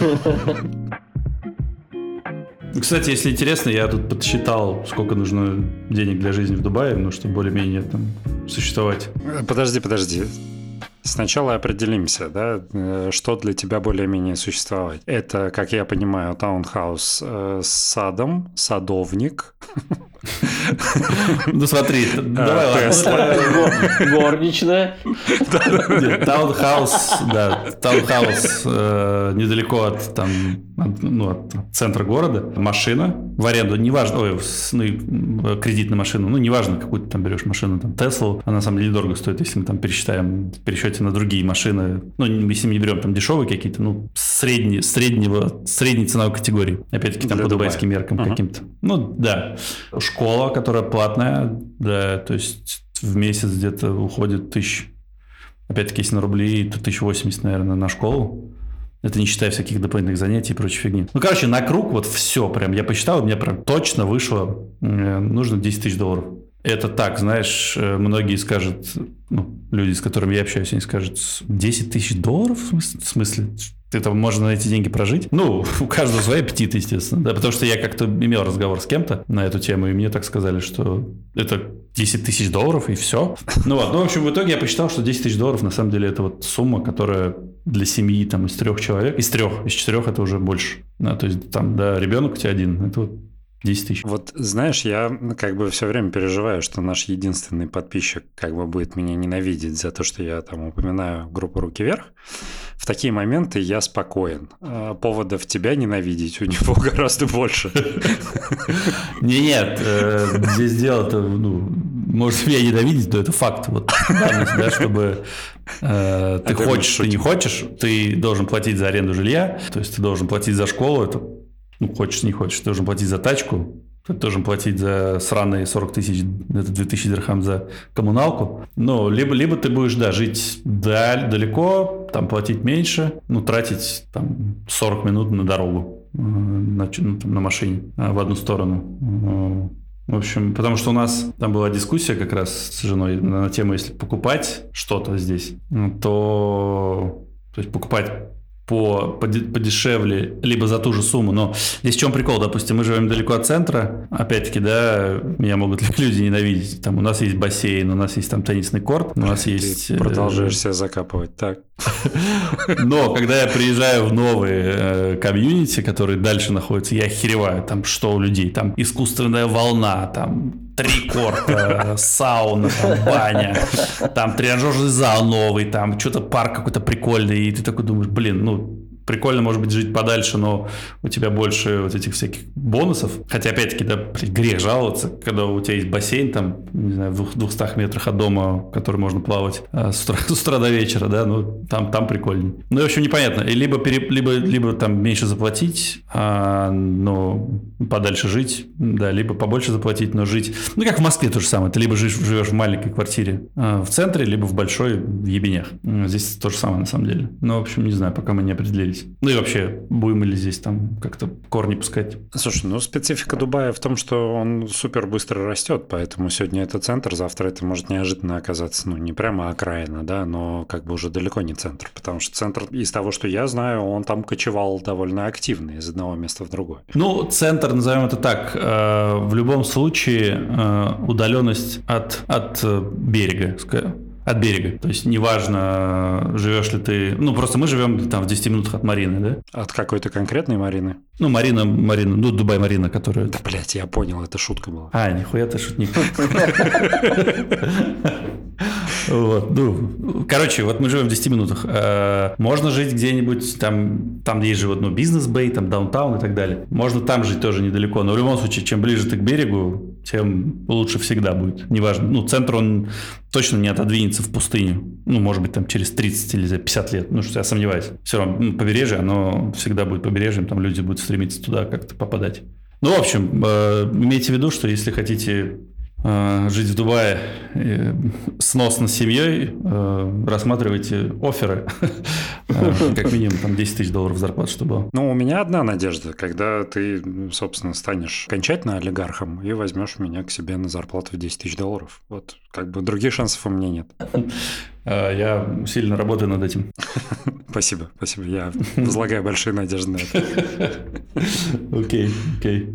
Кстати, если интересно, я тут подсчитал, сколько нужно денег для жизни в Дубае, ну, чтобы более-менее там существовать. Подожди, подожди. Сначала определимся, да, что для тебя более-менее существовать. Это, как я понимаю, таунхаус с садом, садовник. Ну смотри, давай ладно. Горничная. Таунхаус, да, таунхаус недалеко от там, ну, от центра города. Машина в аренду, неважно, ой, ну, кредитная машина, ну, неважно, какую ты там берешь машину, там, Теслу, она на самом деле недорого стоит, если мы там пересчитаем, в пересчете на другие машины, ну, если мы не берем там дешевые какие-то, ну, средние, среднего, средней ценовой категории, опять-таки там по дубайским меркам uh-huh. каким-то. Ну, да. Школа, которая платная, да, то есть в месяц где-то уходит тысяч, опять-таки, если на рубли, то тысяча восемьдесят, наверное, на школу. Это не считая всяких дополнительных занятий и прочей фигни. Ну, короче, на круг вот все прям, я посчитал, у меня прям точно вышло, э, нужно десять тысяч долларов. Это так, знаешь, многие скажут, ну, люди, с которыми я общаюсь, они скажут, десять тысяч долларов? В смысле? Это можно на эти деньги прожить? Ну, у каждого свои аппетиты, естественно. Да, потому что я как-то имел разговор с кем-то на эту тему, и мне так сказали, что это десять тысяч долларов, и все. Ну вот, ну, в общем, в итоге я посчитал, что десять тысяч долларов, на самом деле, это вот сумма, которая для семьи там из трех человек, из трех, из четырех это уже больше. Да, то есть там, да, ребенок у тебя один, это вот десять тысяч. Вот, знаешь, я как бы все время переживаю, что наш единственный подписчик как бы будет меня ненавидеть за то, что я там упоминаю группу «Руки вверх». В такие моменты я спокоен. Поводов тебя ненавидеть у него гораздо больше. Не, нет, здесь дело-то, ну, может меня ненавидеть, но это факт. Вот, да, чтобы ты хочешь, ты не хочешь, ты должен платить за аренду жилья, то есть ты должен платить за школу, это, ну, хочешь, не хочешь, ты должен платить за тачку, ты должен платить за сраные сорок тысяч, это две тысячи дирхам за коммуналку. Ну, либо, либо ты будешь, да, жить даль, далеко, там платить меньше, ну, тратить там сорок минут на дорогу, на, ну, там, на машине в одну сторону. В общем, потому что у нас там была дискуссия как раз с женой на тему, если покупать что-то здесь, то, то есть покупать По, подешевле, либо за ту же сумму. Но здесь в чем прикол? Допустим, мы живем далеко от центра. Опять-таки, да, меня могут люди ненавидеть. Там у нас есть бассейн, у нас есть там теннисный корт, у нас Ты есть... продолжаешь себя закапывать, так. Но когда я приезжаю в новые комьюнити, которые дальше находятся, я охереваю. Там что у людей? Там искусственная волна, там три корта, сауна, там баня, там тренажерный зал новый, там что-то парк какой-то прикольный, и ты такой думаешь, блин, ну, прикольно, может быть, жить подальше, но у тебя больше вот этих всяких бонусов. Хотя, опять-таки, да, грех жаловаться, когда у тебя есть бассейн, там, не знаю, в двухстах метрах от дома, в который можно плавать а, с, утра, с утра до вечера, да, ну, там, там прикольнее. Ну, в общем, непонятно. И либо, пере, либо, либо там меньше заплатить, а, но подальше жить, да, либо побольше заплатить, но жить... Ну, как в Москве то же самое. Ты либо живешь, живешь в маленькой квартире а, в центре, либо в большой в ебенях. Здесь то же самое, на самом деле. Ну, в общем, не знаю, пока мы не определились. здесь. Ну и вообще, будем ли здесь там как-то корни пускать. Слушай, ну специфика Дубая в том, что он супер быстро растет, поэтому сегодня это центр, завтра это может неожиданно оказаться, ну не прямо окраина, да, но как бы уже далеко не центр, потому что центр, из того, что я знаю, он там кочевал довольно активно из одного места в другое. Ну, центр, назовем это так, в любом случае удаленность от, от берега, от берега. То есть неважно, живешь ли ты... Ну, просто мы живем там в десяти минутах от Марины, да? От какой-то конкретной Марины? Ну, Марина, Марина, ну, Дубай-Марина, которая... Да, блядь, я понял, это шутка была. А, нихуя ты шутник. Вот, ну, короче, вот мы живем в десяти минутах. Можно жить где-нибудь там, там где есть живут, ну, бизнес-бэй, там, даунтаун и так далее. Можно там жить тоже недалеко, но в любом случае, чем ближе ты к берегу, тем лучше всегда будет. Неважно, ну, центр, он точно не отодвинется в пустыню. Ну, может быть, там через тридцать или пятьдесят лет. Ну, что я сомневаюсь. Все равно ну, побережье, оно всегда будет побережьем, там люди будут стремиться туда как-то попадать. Ну, в общем, э, имейте в виду, что если хотите э, жить в Дубае э, сносно с семьей, э, рассматривайте офферы. Как минимум там десять тысяч долларов зарплат, чтобы было. Ну, у меня одна надежда, когда ты, собственно, станешь окончательно олигархом и возьмешь меня к себе на зарплату в десять тысяч долларов. Вот, как бы других шансов у меня нет. Я сильно работаю над этим. Спасибо, спасибо. Я возлагаю большие надежды на это. Окей, окей.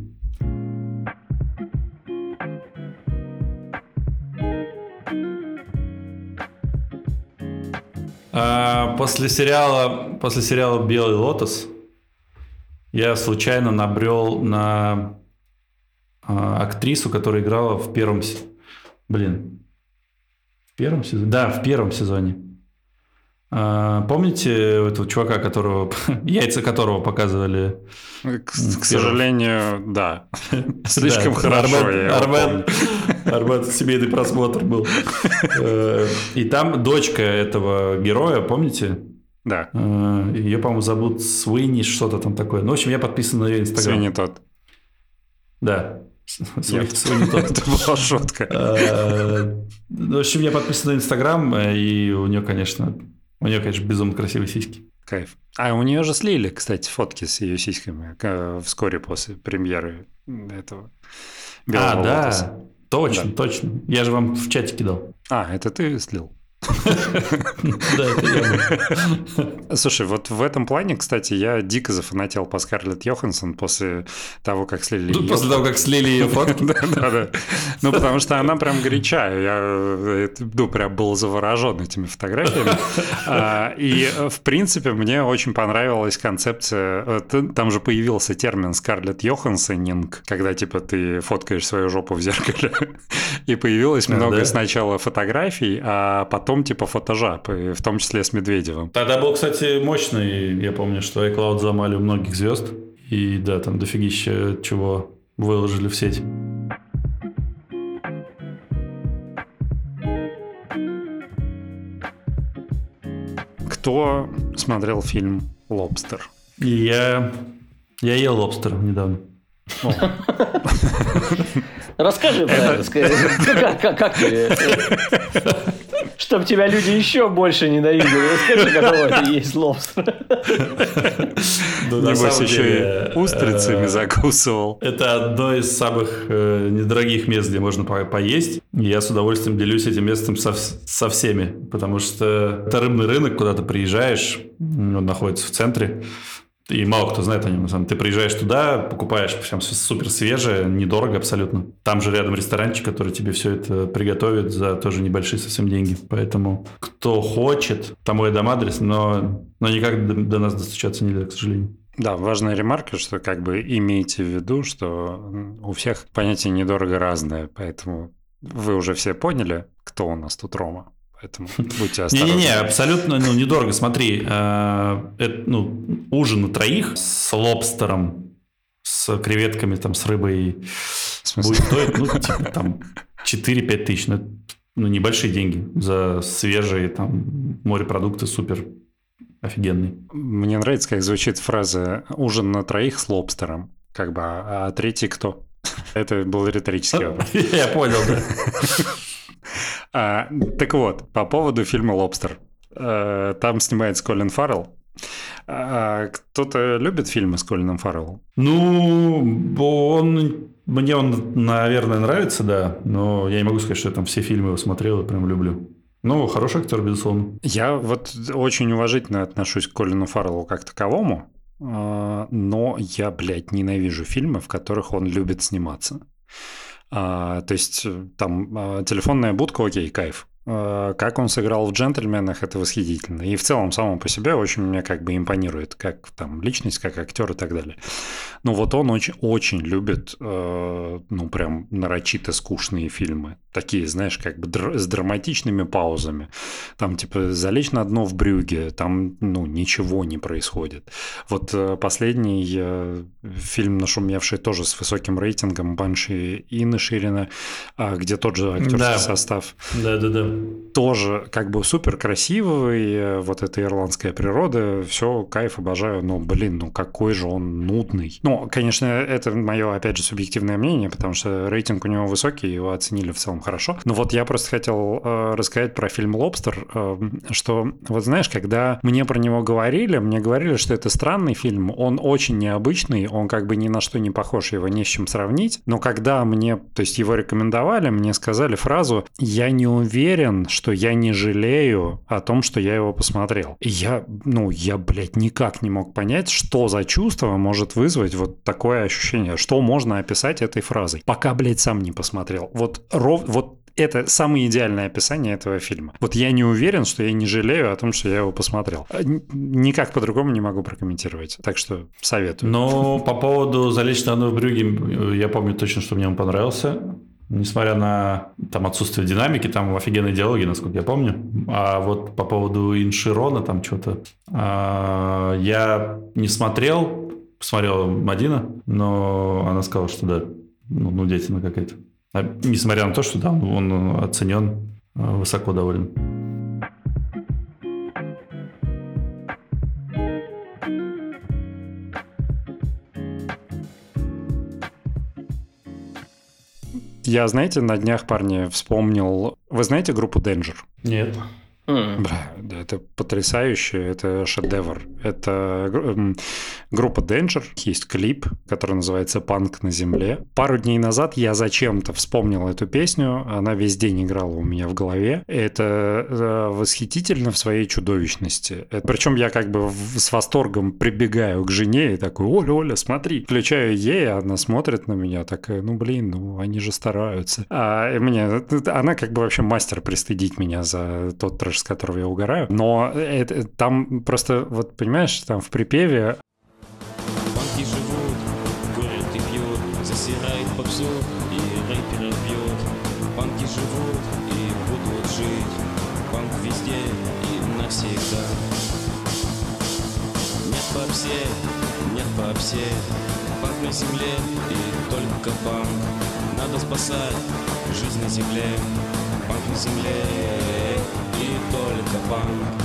После сериала, после сериала «Белый лотос» я случайно набрел на актрису, которая играла в первом... Блин... В первом сезоне? Да, в первом сезоне. А, помните этого чувака, которого яйца которого показывали? К, к сожалению, да. Слишком хорошо. Арбат семейный просмотр был. И там дочка этого героя, помните? Да. Ее, по-моему, зовут Суини, что-то там такое. Ну, в общем, я подписан на ее инстаграм. Суини тот. Да. Это была шутка. В общем, я подписан на Инстаграм, и у нее, конечно, у нее, конечно, безумно красивые сиськи. Кайф. А у нее же слили, кстати, фотки с ее сиськами вскоре после премьеры этого «Белого А, да, лотоса». Точно, да. точно. Я же вам в чате кидал. А, это ты слил? Да, это я был. Слушай, вот в этом плане, кстати, я дико зафанател по Скарлетт Йоханссон после того, как слили ее. После того, как слили ее фотки? Да, да, да. Ну, потому что она прям горячая. Я, ну, прям был заворожен этими фотографиями. И, в принципе, мне очень понравилась концепция. Там же появился термин «Скарлетт Йоханссонинг», когда, типа, ты фоткаешь свою жопу в зеркале. И появилось много сначала фотографий, а потом типа фотожаб, в том числе с Медведевым. Тогда был, кстати, мощный, я помню, что iCloud взломали у многих звезд, и да, там дофигища чего выложили в сеть. Кто смотрел фильм «Лобстер»? Я, я ел лобстер недавно. Расскажи про это. Как ты... Чтобы тебя люди еще больше ненавидели. Расскажи, какого это есть лобстер. Небось, еще и устрицами закусывал. Это одно из самых недорогих мест, где можно поесть. Я с удовольствием делюсь этим местом со всеми. Потому что это рыбный рынок, куда ты приезжаешь, он находится в центре. И мало кто знает о нем. Ты приезжаешь туда, покупаешь прям супер свежее, недорого абсолютно. Там же рядом ресторанчик, который тебе все это приготовит за тоже небольшие совсем деньги. Поэтому кто хочет, тому я дам адрес, но, но никак до, до нас достучаться нельзя, к сожалению. Да, важная ремарка, что как бы имейте в виду, что у всех понятие недорого разное, поэтому вы уже все поняли, кто у нас тут Рома. Поэтому будьте осторожны. Не-не-не, абсолютно ну, недорого. Смотри, э, это, ну, ужин на троих с лобстером, с креветками, там, с рыбой будет стоить, ну, типа, там, четыре-пять тысяч. Ну, ну, небольшие деньги за свежие, там, морепродукты супер офигенные. Мне нравится, как звучит фраза «ужин на троих с лобстером». Как бы, а, а третий кто? Это был риторический вопрос. Я понял, да. А, так вот, по поводу фильма «Лобстер». А, там снимается Колин Фаррелл. А кто-то любит фильмы с Колином Фарреллом? Ну, он... Мне он, наверное, нравится, да, но я не могу сказать, что я там все фильмы его смотрел и прям люблю. Ну, хороший актер, безусловно. Я вот очень уважительно отношусь к Колину Фарреллу как таковому, но я, блядь, ненавижу фильмы, в которых он любит сниматься. То есть там «Телефонная будка», окей, кайф. Как он сыграл в «Джентльменах», это восхитительно. И в целом, само по себе, очень мне как бы импонирует, как там личность, как актер и так далее. Но вот он очень, очень любит, э, ну, прям нарочито скучные фильмы. Такие, знаешь, как бы др- с драматичными паузами. Там, типа, «Залечь на дно в Брюгге», там, ну, ничего не происходит. Вот э, последний э, фильм, нашумевший тоже с высоким рейтингом, «Банши Иниширина», э, где тот же актерский да. состав. Да-да-да. Тоже как бы супер красивый, вот эта ирландская природа, все, кайф, обожаю, но, блин, ну какой же он нудный. Ну, конечно, это мое, опять же, субъективное мнение, потому что рейтинг у него высокий, его оценили в целом хорошо. Но вот я просто хотел э, рассказать про фильм «Лобстер», э, что, вот знаешь, когда мне про него говорили, мне говорили, что это странный фильм, он очень необычный, он как бы ни на что не похож, его не с чем сравнить, но когда мне, то есть его рекомендовали, мне сказали фразу «я не уверен, что я не жалею о том, что я его посмотрел». И я, ну, я, блядь, никак не мог понять, что за чувство может вызвать вот такое ощущение, что можно описать этой фразой, пока, блядь, сам не посмотрел. Вот, ров, вот это самое идеальное описание этого фильма. Вот я не уверен, что я не жалею о том, что я его посмотрел. Никак по-другому не могу прокомментировать. Так что советую. Но по поводу «Залечь на дно в Брюгге», я помню точно, что мне он понравился. Несмотря на там отсутствие динамики, там офигенные диалоги, насколько я помню. А вот по поводу Инширона там что-то... А, я не смотрел, посмотрел Мадина, но она сказала, что да, ну, нудятина какая-то. А, несмотря на то, что да, он оценен высоко довольно. Я, знаете, на днях, парни, вспомнил... Вы знаете группу Danger? Нет. Mm. Бля, это потрясающе, это шедевр. Это группа Danger, есть клип, который называется «Панк на земле». Пару дней назад я зачем-то вспомнил эту песню, она весь день играла у меня в голове. Это восхитительно в своей чудовищности. Причем я как бы с восторгом прибегаю к жене и такой: «Оля, Оля, смотри». Включаю ей, она смотрит на меня, такая: ну блин, ну они же стараются. А мне, она как бы вообще мастер пристыдить меня за тот трэш, с которого я угораю. Но это, там просто, вот понимаешь, там в припеве... Панки живут, курят и пьют, засирает попсу и рэперов бьют. Панки живут и будут жить, панк везде и навсегда. Нет попсе, нет попсе, панк на земле и только панк. Надо спасать жизнь на земле, панк на земле и только панк.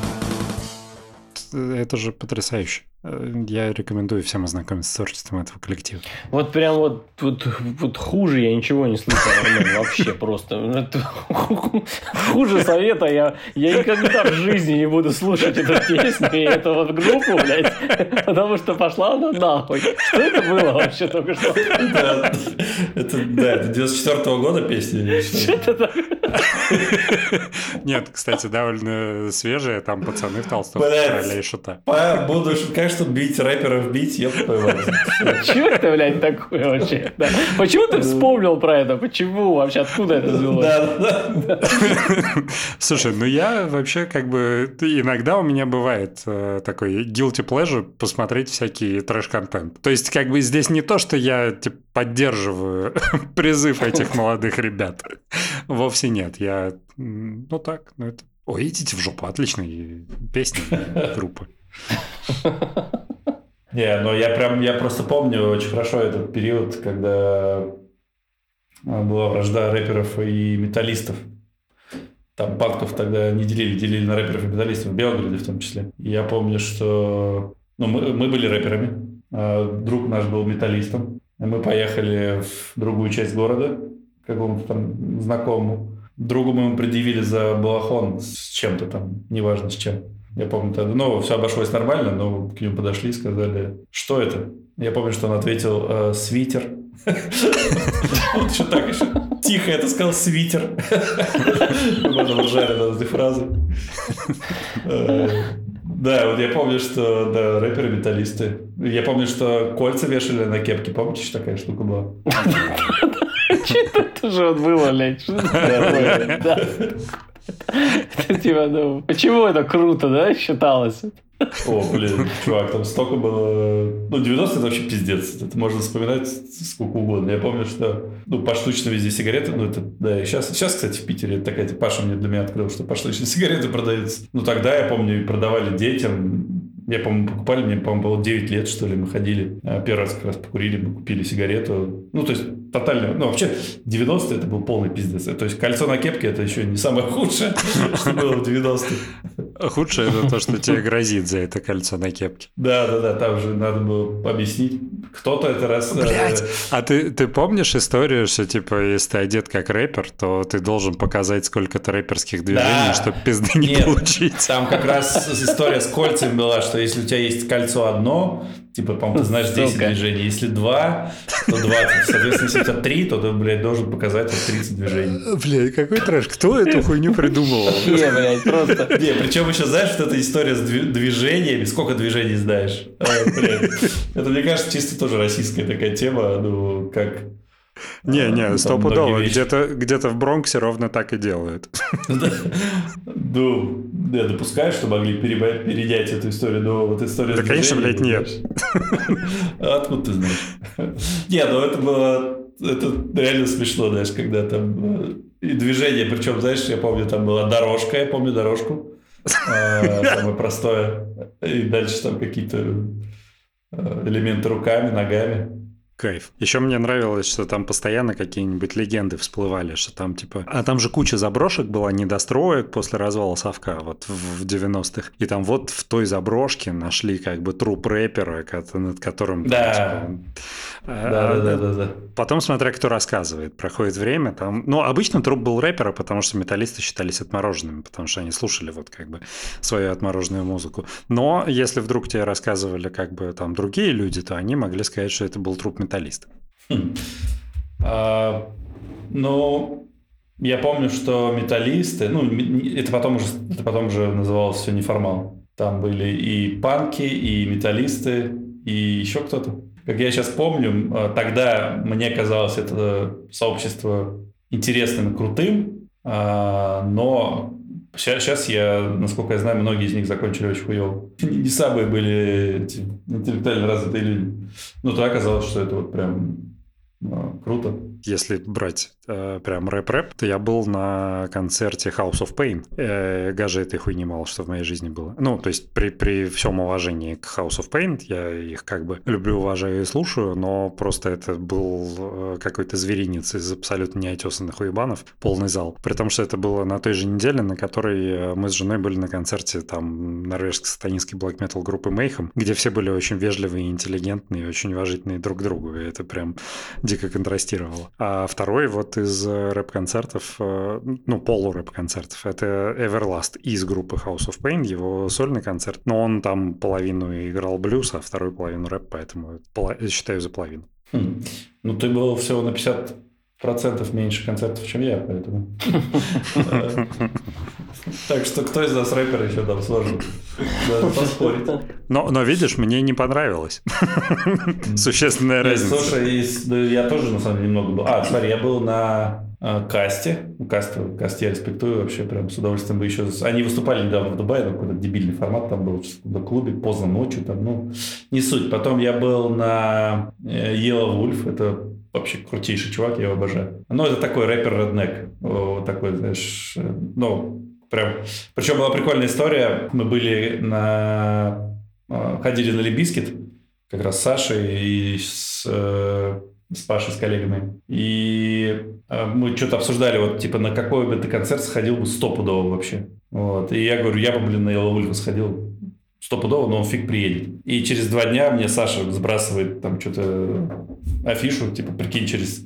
Это же потрясающе. Я рекомендую всем ознакомиться с творчеством этого коллектива. Вот прям вот, вот, вот хуже я ничего не слышал вообще просто. Хуже совета я, я никогда в жизни не буду слушать эту песню и эту вот группу, блядь, потому что пошла она нахуй. Что это было вообще только что? Это, да, это девяносто четвёртого года песня. Что это такое? Нет, кстати, довольно свежая, там пацаны в толстовке короля и шута. Буду, конечно, бить рэперов, бить, ёб твою мать. Чего это, блядь, такое вообще? Да. Почему ты вспомнил про это? Почему вообще? Откуда это взялось? Да, да, да. Слушай, ну я вообще как бы... Иногда у меня бывает э, такой guilty pleasure посмотреть всякий трэш-контент. То есть как бы здесь не то, что я типа поддерживаю призыв этих молодых ребят. Вовсе нет. Я... Ну так, ну это... Ой, идите в жопу. Отличные песни группы. Не, ну я прям, я просто помню очень хорошо этот период, когда была вражда рэперов и металлистов. Там панков тогда не делили, делили на рэперов и металлистов, в Белгороде в том числе. И я помню, что ну, мы, мы были рэперами, а друг наш был металлистом. И мы поехали в другую часть города, к какому-то там знакомому. Другу мы ему предъявили за балахон с чем-то там, неважно с чем. Я помню, тогда, ну, все обошлось нормально, но к нему подошли и сказали, что это? Я помню, что он ответил э, «свитер». Он еще так еще тихо это сказал «свитер». Мы потом ржали над этой фразой. Да, вот я помню, что да, рэперы-металлисты. Я помню, что кольца вешали на кепки. Помните, что такая штука была? Что-то же вот было, блядь. Типа, ну, почему это круто, да, считалось? О, блин, чувак, там столько было... Ну, девяностые это вообще пиздец. Это можно вспоминать сколько угодно. Я помню, что, ну, поштучно везде сигареты, ну, это, да, и сейчас, сейчас, кстати, в Питере такая, типа, Паша мне для меня открыл, что поштучно сигареты продаются. Ну, тогда, я помню, продавали детям. Я, по-моему, покупали, мне, по-моему, было девять лет, что ли, мы ходили. Первый раз как раз покурили, мы купили сигарету. Ну, то есть, тотально... Ну, вообще, девяностые это был полный пиздец. То есть, кольцо на кепке это еще не самое худшее, что было в девяностых. Худшее это то, что тебе грозит за это кольцо на кепке. Да, да, да, там же надо было объяснить. Кто-то это раз... Блядь, а ты, ты помнишь историю, что, типа, если ты одет как рэпер, то ты должен показать сколько-то рэперских движений, да. чтобы пизды не Нет, получить? Там как раз история с кольцами была, что если у тебя есть кольцо одно, типа, по-моему, ты знаешь десять движений, если два, то двадцать. Соответственно, если у тебя три, то ты, блядь, должен показать вот тридцать движений. Блядь, какой трэш. Кто эту хуйню придумал? Не, блядь, просто... Не, причем еще, знаешь, вот эта история с движениями, сколько движений знаешь? Это, мне кажется, чисто тоже российская такая тема, ну, как... Не-не, стопудово. Где-то, где-то в Бронксе ровно так и делают. Ну, я допускаю, что могли перенять эту историю, но вот история... Да, конечно, блядь, нет. Откуда ты знаешь? Не, ну это было... Это реально смешно, знаешь, когда там... И движение, причем, знаешь, я помню, там была дорожка, я помню дорожку. Самое простое. И дальше там какие-то элементы руками, ногами. Кайф. Еще мне нравилось, что там постоянно какие-нибудь легенды всплывали, что там типа... А там же куча заброшек была, недостроек после развала совка вот в девяностых. И там вот в той заброшке нашли как бы труп рэпера, над которым... Да. Там, типа, да, да, да, да, да. Потом, смотря кто рассказывает, проходит время, там... Ну, обычно труп был рэпера, потому что металлисты считались отмороженными, потому что они слушали вот как бы свою отмороженную музыку. Но если вдруг тебе рассказывали как бы там другие люди, то они могли сказать, что это был труп металлиста. Хм. А, ну, я помню, что металлисты, ну, это потом уже, это потом уже называлось все неформал. Там были и панки, и металлисты, и еще кто-то. Как я сейчас помню, тогда мне казалось это сообщество интересным и крутым, но сейчас я, насколько я знаю, многие из них закончили очень хуёво. Не самые были эти интеллектуально развитые люди. Но то оказалось, что это вот прям ну, круто. Если брать э, прям рэп-рэп, то я был на концерте House of Pain. Э, Гажи этой хуйни мало что в моей жизни было. Ну, то есть при, при всем уважении к House of Pain, я их как бы люблю, уважаю и слушаю, но просто это был э, какой-то зверинец из абсолютно неотесанных уебанов, полный зал. При том, что это было на той же неделе, на которой мы с женой были на концерте там норвежской сатанинской блэк-метал группы Mayhem, где все были очень вежливые, интеллигентные, очень уважительные друг к другу, и это прям дико контрастировало. А второй вот из рэп-концертов, ну, полурэп-концертов, это Everlast из группы House of Pain, его сольный концерт. Но он там половину играл блюз, а вторую половину рэп, поэтому считаю за половину. Хм. Ну, ты был всего на пятьдесят процентов меньше концертов, чем я, поэтому... Так что кто из нас рэпер еще там сложно поспорить. Но, но видишь, мне не понравилось. Существенная разница. Слушай, я тоже на самом деле немного был. А, смотри, я был на касте. Каст, каст я респектую вообще, прям с удовольствием бы еще... Они выступали недавно в Дубае, но какой-то дебильный формат там был в клубе, поздно ночью там, ну, не суть. Потом я был на Yellow Wolf, это вообще крутейший чувак, я его обожаю. Ну, это такой рэпер-реднек, вот такой, знаешь, ну, прям... Причем была прикольная история, мы были на... Ходили на Limp Bizkit, как раз с Сашей и с... с Пашей, с коллегами. И мы что-то обсуждали, вот, типа, на какой бы ты концерт сходил бы стопудово вообще. Вот. И я говорю, я бы, блин, на Yellow Wolf сходил стопудово, но он фиг приедет. И через два дня мне Саша сбрасывает там что-то афишу, типа, прикинь, через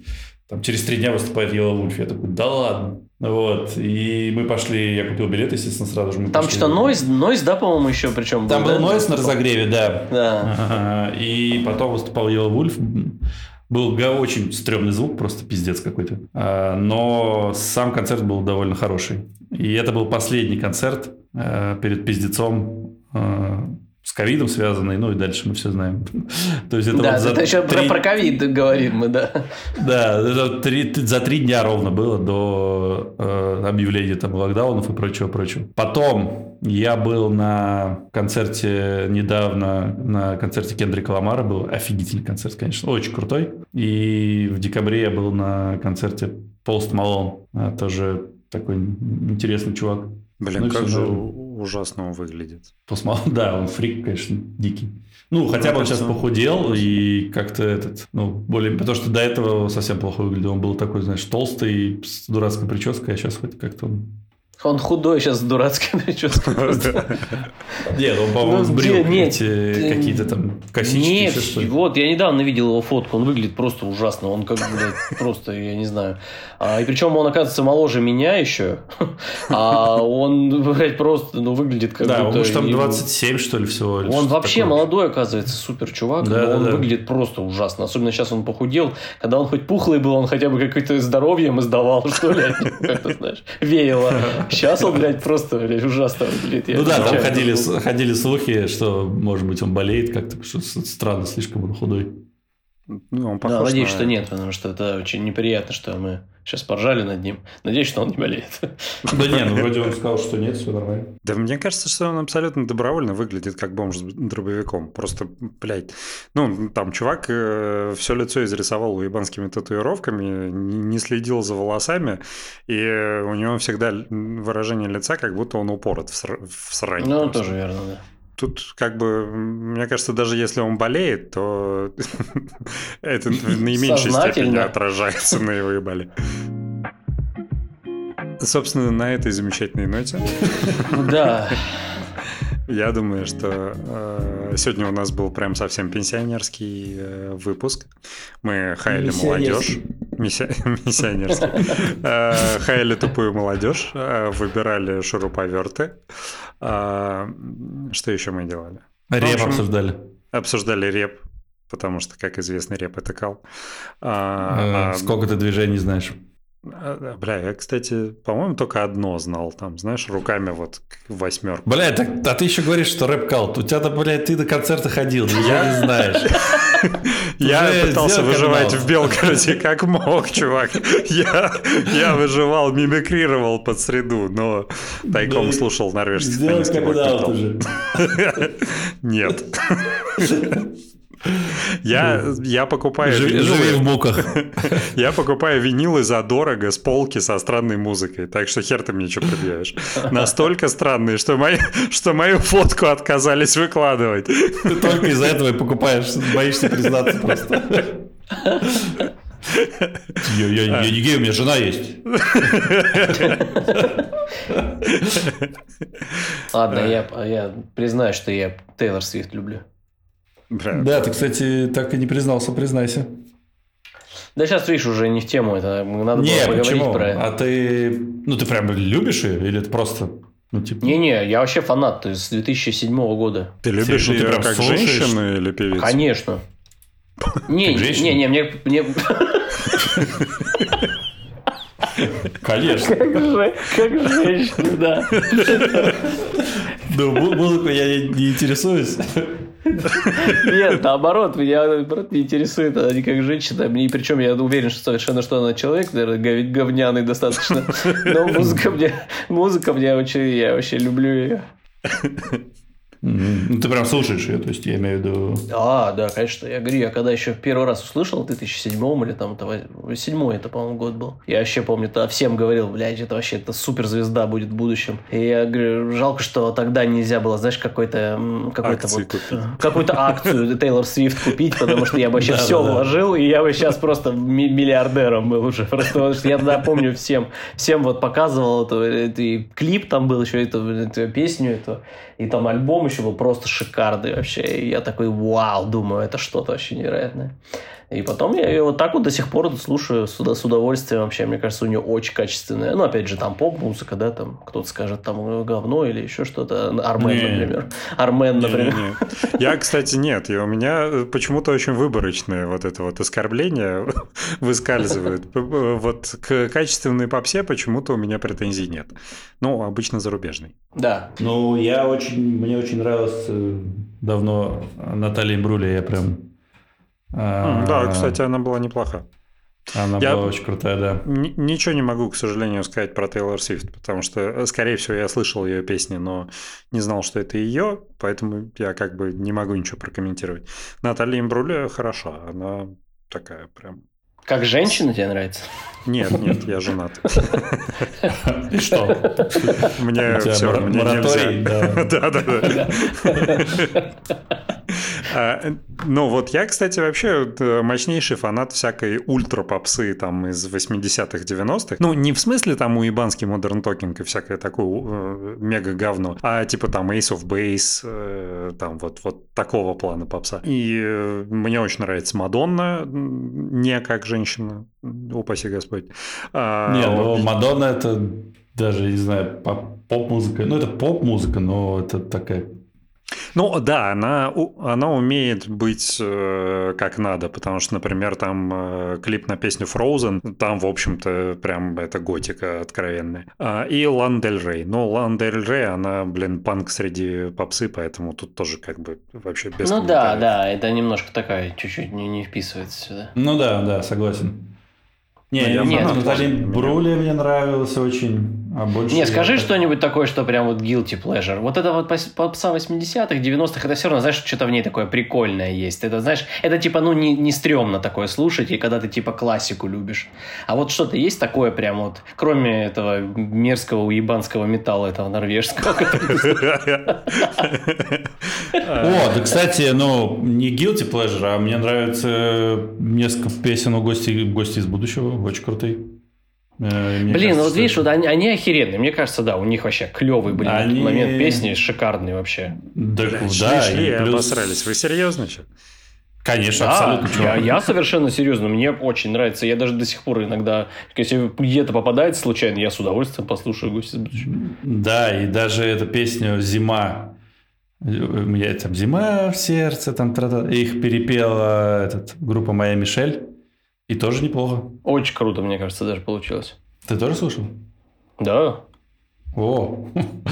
там через три дня выступает Yelawolf. Я такой, да ладно. Вот. И мы пошли, я купил билет, естественно, сразу же. Мы там пошли... что-то Noise, Noise, да, по-моему, еще причем Там был, был да? Noise на разогреве, да. Да. Ага. И потом выступал Yelawolf. Был очень стрёмный звук, просто пиздец какой-то. А, но сам концерт был довольно хороший. И это был последний концерт а, перед пиздецом а, с ковидом связанный, ну и дальше мы все знаем. То есть это да, вот за это еще три... про ковид говорим мы, да. Да, это три, за три дня ровно было до э, объявления там локдаунов и прочего-прочего. Потом я был на концерте недавно, на концерте Кендрика Ламара, был офигительный концерт, конечно, очень крутой. И в декабре я был на концерте Post Malone, тоже такой интересный чувак. Блин, ну, как же ну, ужасно он выглядит. Post Malone, да, он фрик, конечно, дикий. Ну, хотя бы он сейчас похудел и как-то этот, ну, более... Потому что до этого совсем плохо выглядел. Он был такой, знаешь, толстый, с дурацкой прической, а сейчас хоть как-то он... Он худой сейчас с дурацкой прической. Нет, он, по-моему, сбрил какие-то там косички. Нет, вот, я недавно видел его фотку, он выглядит просто ужасно. Он как, блядь, просто, я не знаю. А, и причем он, оказывается, моложе меня еще. А он, блядь, просто, ну, выглядит как да, будто... Да, он там двадцать семь, что ли, всего. Он вообще такое. Молодой, оказывается, супер чувак. Да, но да, он да. выглядит просто ужасно. Особенно сейчас он похудел. Когда он хоть пухлый был, он хотя бы какое-то здоровьем издавал, что ли. Как-то, знаешь, веяло. Сейчас он, блядь, просто, блядь, ужасно выглядит. Я ну да, там ходили, ходили слухи, что, может быть, он болеет как-то, что странно, слишком он худой. Ну, он да, надеюсь, на... что нет, потому что это очень неприятно, что мы сейчас поржали над ним. Надеюсь, что он не болеет. Да не, ну вроде он сказал, что нет, все нормально. Да мне кажется, что он абсолютно добровольно выглядит как бомж с дробовиком. Просто, блядь, ну, там чувак э, все лицо изрисовал уебанскими татуировками, не, не следил за волосами, и у него всегда выражение лица, как будто он упорот в, ср... в срань. Ну, просто. Тоже верно, да. Тут, как бы, мне кажется, даже если он болеет, то это в наименьшей степени отражается на его ебале. Собственно, на этой замечательной ноте. Да. Я думаю, что э, сегодня у нас был прям совсем пенсионерский э, выпуск. Мы хаяли молодежь. Миссионерский. Э, хаяли тупую молодежь, э, выбирали шуруповерты. Э, что еще мы делали? Реп обсуждали. Обсуждали реп, потому что, как известно, реп — это кал. А, э, сколько ты движений знаешь? Бля, я, кстати, по-моему, только одно знал. Там, знаешь, руками вот восьмерку. Бля, так, а ты еще говоришь, что рэп-кал. У тебя-то, блядь, ты до концерта ходил, я не знаешь. Я пытался выживать в Белгороде как мог, чувак. Я выживал, мимикрировал под среду, но тайком слушал норвежский фанистский уже. Нет. Я, я покупаю Живи, винилы. Живи в муках. Я покупаю винилы задорого с полки со странной музыкой. Так что хер ты мне что предъявишь. Настолько странные, что, мои, что мою фотку отказались выкладывать. Ты только из-за этого и покупаешь. Боишься признаться просто. Я, я, я не гей, у меня жена есть. Ладно, я, я признаю, что я Тейлор Свифт люблю. Да, да, ты, кстати, так и не признался, признайся. Да сейчас, видишь, уже не в тему, это надо не, было поговорить почему? про это. А ты, ну ты прям любишь ее или это просто, ну типа... Не-не, я вообще фанат, то есть с две тысячи седьмого года. Ты любишь ее ну, как слушаешь? Женщину или певицу? Конечно. Не, не, не, мне... мне... Конечно. Как же, как женщина, да. Ну, музыку я не интересуюсь. Нет, наоборот, меня наоборот, не интересует она не как женщина. И причем я уверен, что совершенно что она человек, наверное, говняный достаточно. Но музыка мне, музыка мне очень, я вообще люблю ее. Ну, ты прям слушаешь ее, то есть я имею в виду... А, да, конечно. Я говорю, я когда еще первый раз услышал в две тысячи седьмом или там, это, седьмой это, по-моему, год был. Я вообще помню, то всем говорил, блядь, это вообще это суперзвезда будет в будущем. И я говорю, жалко, что тогда нельзя было, знаешь, какой-то, какой-то вот, какую-то акцию Тейлор Свифт купить, потому что я бы вообще да, все да, вложил, да. И я бы сейчас просто миллиардером был уже. Просто потому что я тогда помню всем, всем вот показывал это, это, и клип там был еще, эту, эту песню, эту, и там альбом еще был просто шикарный вообще. И я такой, вау, думаю, это что-то вообще невероятное. И потом я ее вот так вот до сих пор слушаю с, с удовольствием вообще. Мне кажется, у нее очень качественная. Ну, опять же, там поп-музыка, да, там кто-то скажет, там говно или еще что-то. Армен, не. например. Армен, например. Не, не, не. Я, кстати, нет. И у меня почему-то очень выборочное вот это вот оскорбление выскальзывает. Вот к качественной попсе почему-то у меня претензий нет. Ну, обычно зарубежный. Да. Ну, я очень, мне очень нравилась давно Наталья Имбрулия, я прям... Mm, да, кстати, она была неплоха. Она я была очень крутая, да. Н- ничего не могу, к сожалению, сказать про Тейлор Свифт, потому что, скорее всего, я слышал ее песни, но не знал, что это ее, поэтому я как бы не могу ничего прокомментировать. Наталья Имбрулия хороша, она такая прям... Как женщина тебе нравится? Нет, нет, я женат. И что? Мне все, мне нельзя. Да, да, да. Ну вот я, кстати, вообще мощнейший фанат всякой ультра-попсы там из восьмидесятых, девяностых. Ну, не в смысле там уебанский модерн токинг и всякое такое мега-говно, а типа там Ace of Base, там вот, вот такого плана попса. И мне очень нравится Мадонна, не как женщина, упаси Господь. А, не, ну Мадонна это даже, не знаю, поп-музыка. Ну, это поп-музыка, но это такая... Ну да, она, она умеет быть э, как надо, потому что, например, там э, клип на песню Frozen, там, в общем-то, прям это готика откровенная. А, и Лана Дель Рей. Ну, Лана Дель Рей, она, блин, панк среди попсы, поэтому тут тоже как бы вообще без Ну да, да, это немножко такая, чуть-чуть не, не вписывается сюда. Ну да, да, согласен. Не, ну, нет, Наталья Имбрулия мне нравилась очень, а больше... Не, скажи я... что-нибудь такое, что прям вот guilty pleasure. Вот это вот попса восьмидесятых, девяностых, это все равно, знаешь, что-то в ней такое прикольное есть. Это, знаешь, это типа, ну, не, не стрёмно такое слушать, и когда ты типа классику любишь. А вот что-то есть такое прям вот, кроме этого мерзкого уебанского металла, этого норвежского. О, да, кстати, ну, не guilty pleasure, а мне нравится несколько песен у гостей из будущего. Очень крутые. Мне Блин, кажется, ну вот видишь, вот они, они охеренные. Мне кажется, да, у них вообще клевые были они... на тот момент песни, шикарные вообще. Да, да, да шли, и плюс... обосрались. Вы серьезно что? Конечно, да, абсолютно. Я, я совершенно серьезно, мне очень нравится. Я даже до сих пор иногда, если где-то попадается случайно, я с удовольствием послушаю «Гости из будущего». Да, и даже эта песня «Зима». У меня там «Зима в сердце», там их перепела этот, группа «Моя Мишель». И тоже неплохо. Очень круто, мне кажется, даже получилось. Ты тоже слушал? Да. О,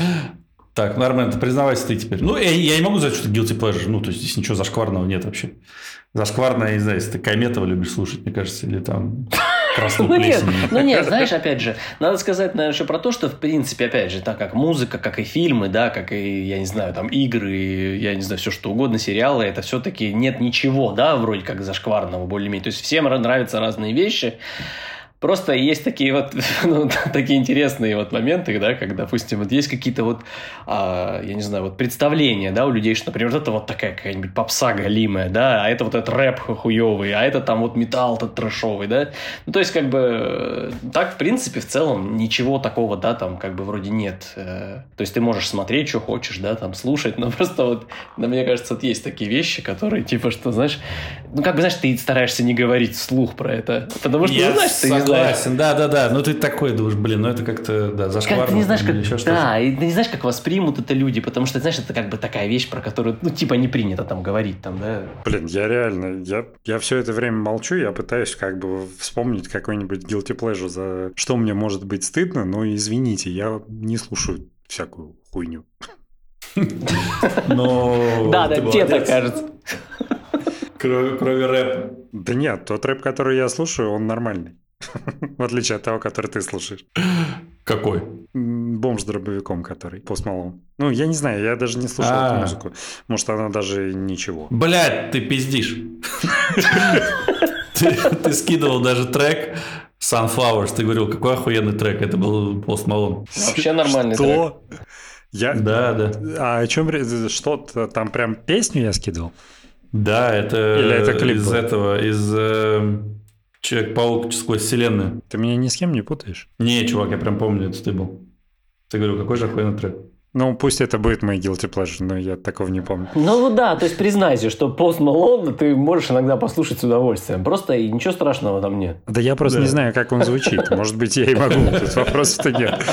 так, ну, Армен, ты признавайся ты теперь. Ну, я, я не могу сказать, что это guilty pleasure. Ну, то есть, здесь ничего зашкварного нет вообще. Зашкварное, я не знаю, если ты Кайметова любишь слушать, мне кажется, или там... Ну нет, ну нет, знаешь, опять же, надо сказать, наверное, еще про то, что, в принципе, опять же, так как музыка, как и фильмы, да, как и, я не знаю, там, игры, я не знаю, все что угодно, сериалы, это все-таки нет ничего, да, вроде как зашкварного более-менее. То есть, всем нравятся разные вещи. Просто есть такие вот, ну, такие интересные вот моменты, да, как, допустим, вот есть какие-то вот, а, я не знаю, вот представления, да, у людей, что, например, вот это вот такая какая-нибудь попса галимая, да, а это вот этот рэп хуёвый, а это там вот металл тот трэшовый, да. Ну, то есть, как бы, так, в принципе, в целом ничего такого, да, там, как бы, вроде нет. То есть, ты можешь смотреть, что хочешь, да, там, слушать, но просто вот, да, мне кажется, вот есть такие вещи, которые, типа, что, знаешь, ну, как бы, знаешь, ты стараешься не говорить вслух про это, потому что, я ну, знаешь, ты не знаешь. Согласен, да, да, да. Ну ты такой думаешь, блин, ну это как-то, да, зашкварно. Как, ты не знаешь, как, еще да, и ты не знаешь, как воспримут это люди, потому что, знаешь, это как бы такая вещь, про которую, ну, типа, не принято там говорить, там, да. Блин, я реально, я, я все это время молчу, я пытаюсь как бы вспомнить какой-нибудь guilty pleasure, за что мне может быть стыдно, но извините, я не слушаю всякую хуйню. Да, да, тебе так кажется. Кроме рэпа. Да нет, тот рэп, который я слушаю, он нормальный. В отличие от того, который ты слушаешь. Какой? Бомж с дробовиком, который. Post Malone. Ну, я не знаю, я даже не слушал эту музыку. Может, она даже ничего. Блядь, ты пиздишь. Ты скидывал даже трек Sunflowers. Ты говорил, какой охуенный трек. Это был Post Malone. Вообще нормальный трек. Что? Я... Да, да. А о чем... Что? Там прям песню я скидывал? Да, это... Или это клип из был? этого, из... Человек-паук сквозь вселенную. Ты меня ни с кем не путаешь? Не, чувак, я прям помню, это ты был. Ты говорил, какой же охуенный трек. Ну, пусть это будет мои guilty pleasure, но я такого не помню. Ну да, то есть признайся, что Post Malone ты можешь иногда послушать с удовольствием. Просто и ничего страшного там нет. Да я просто да. не знаю, как он звучит. Может быть, я и могу. Тут вопросов-то нет.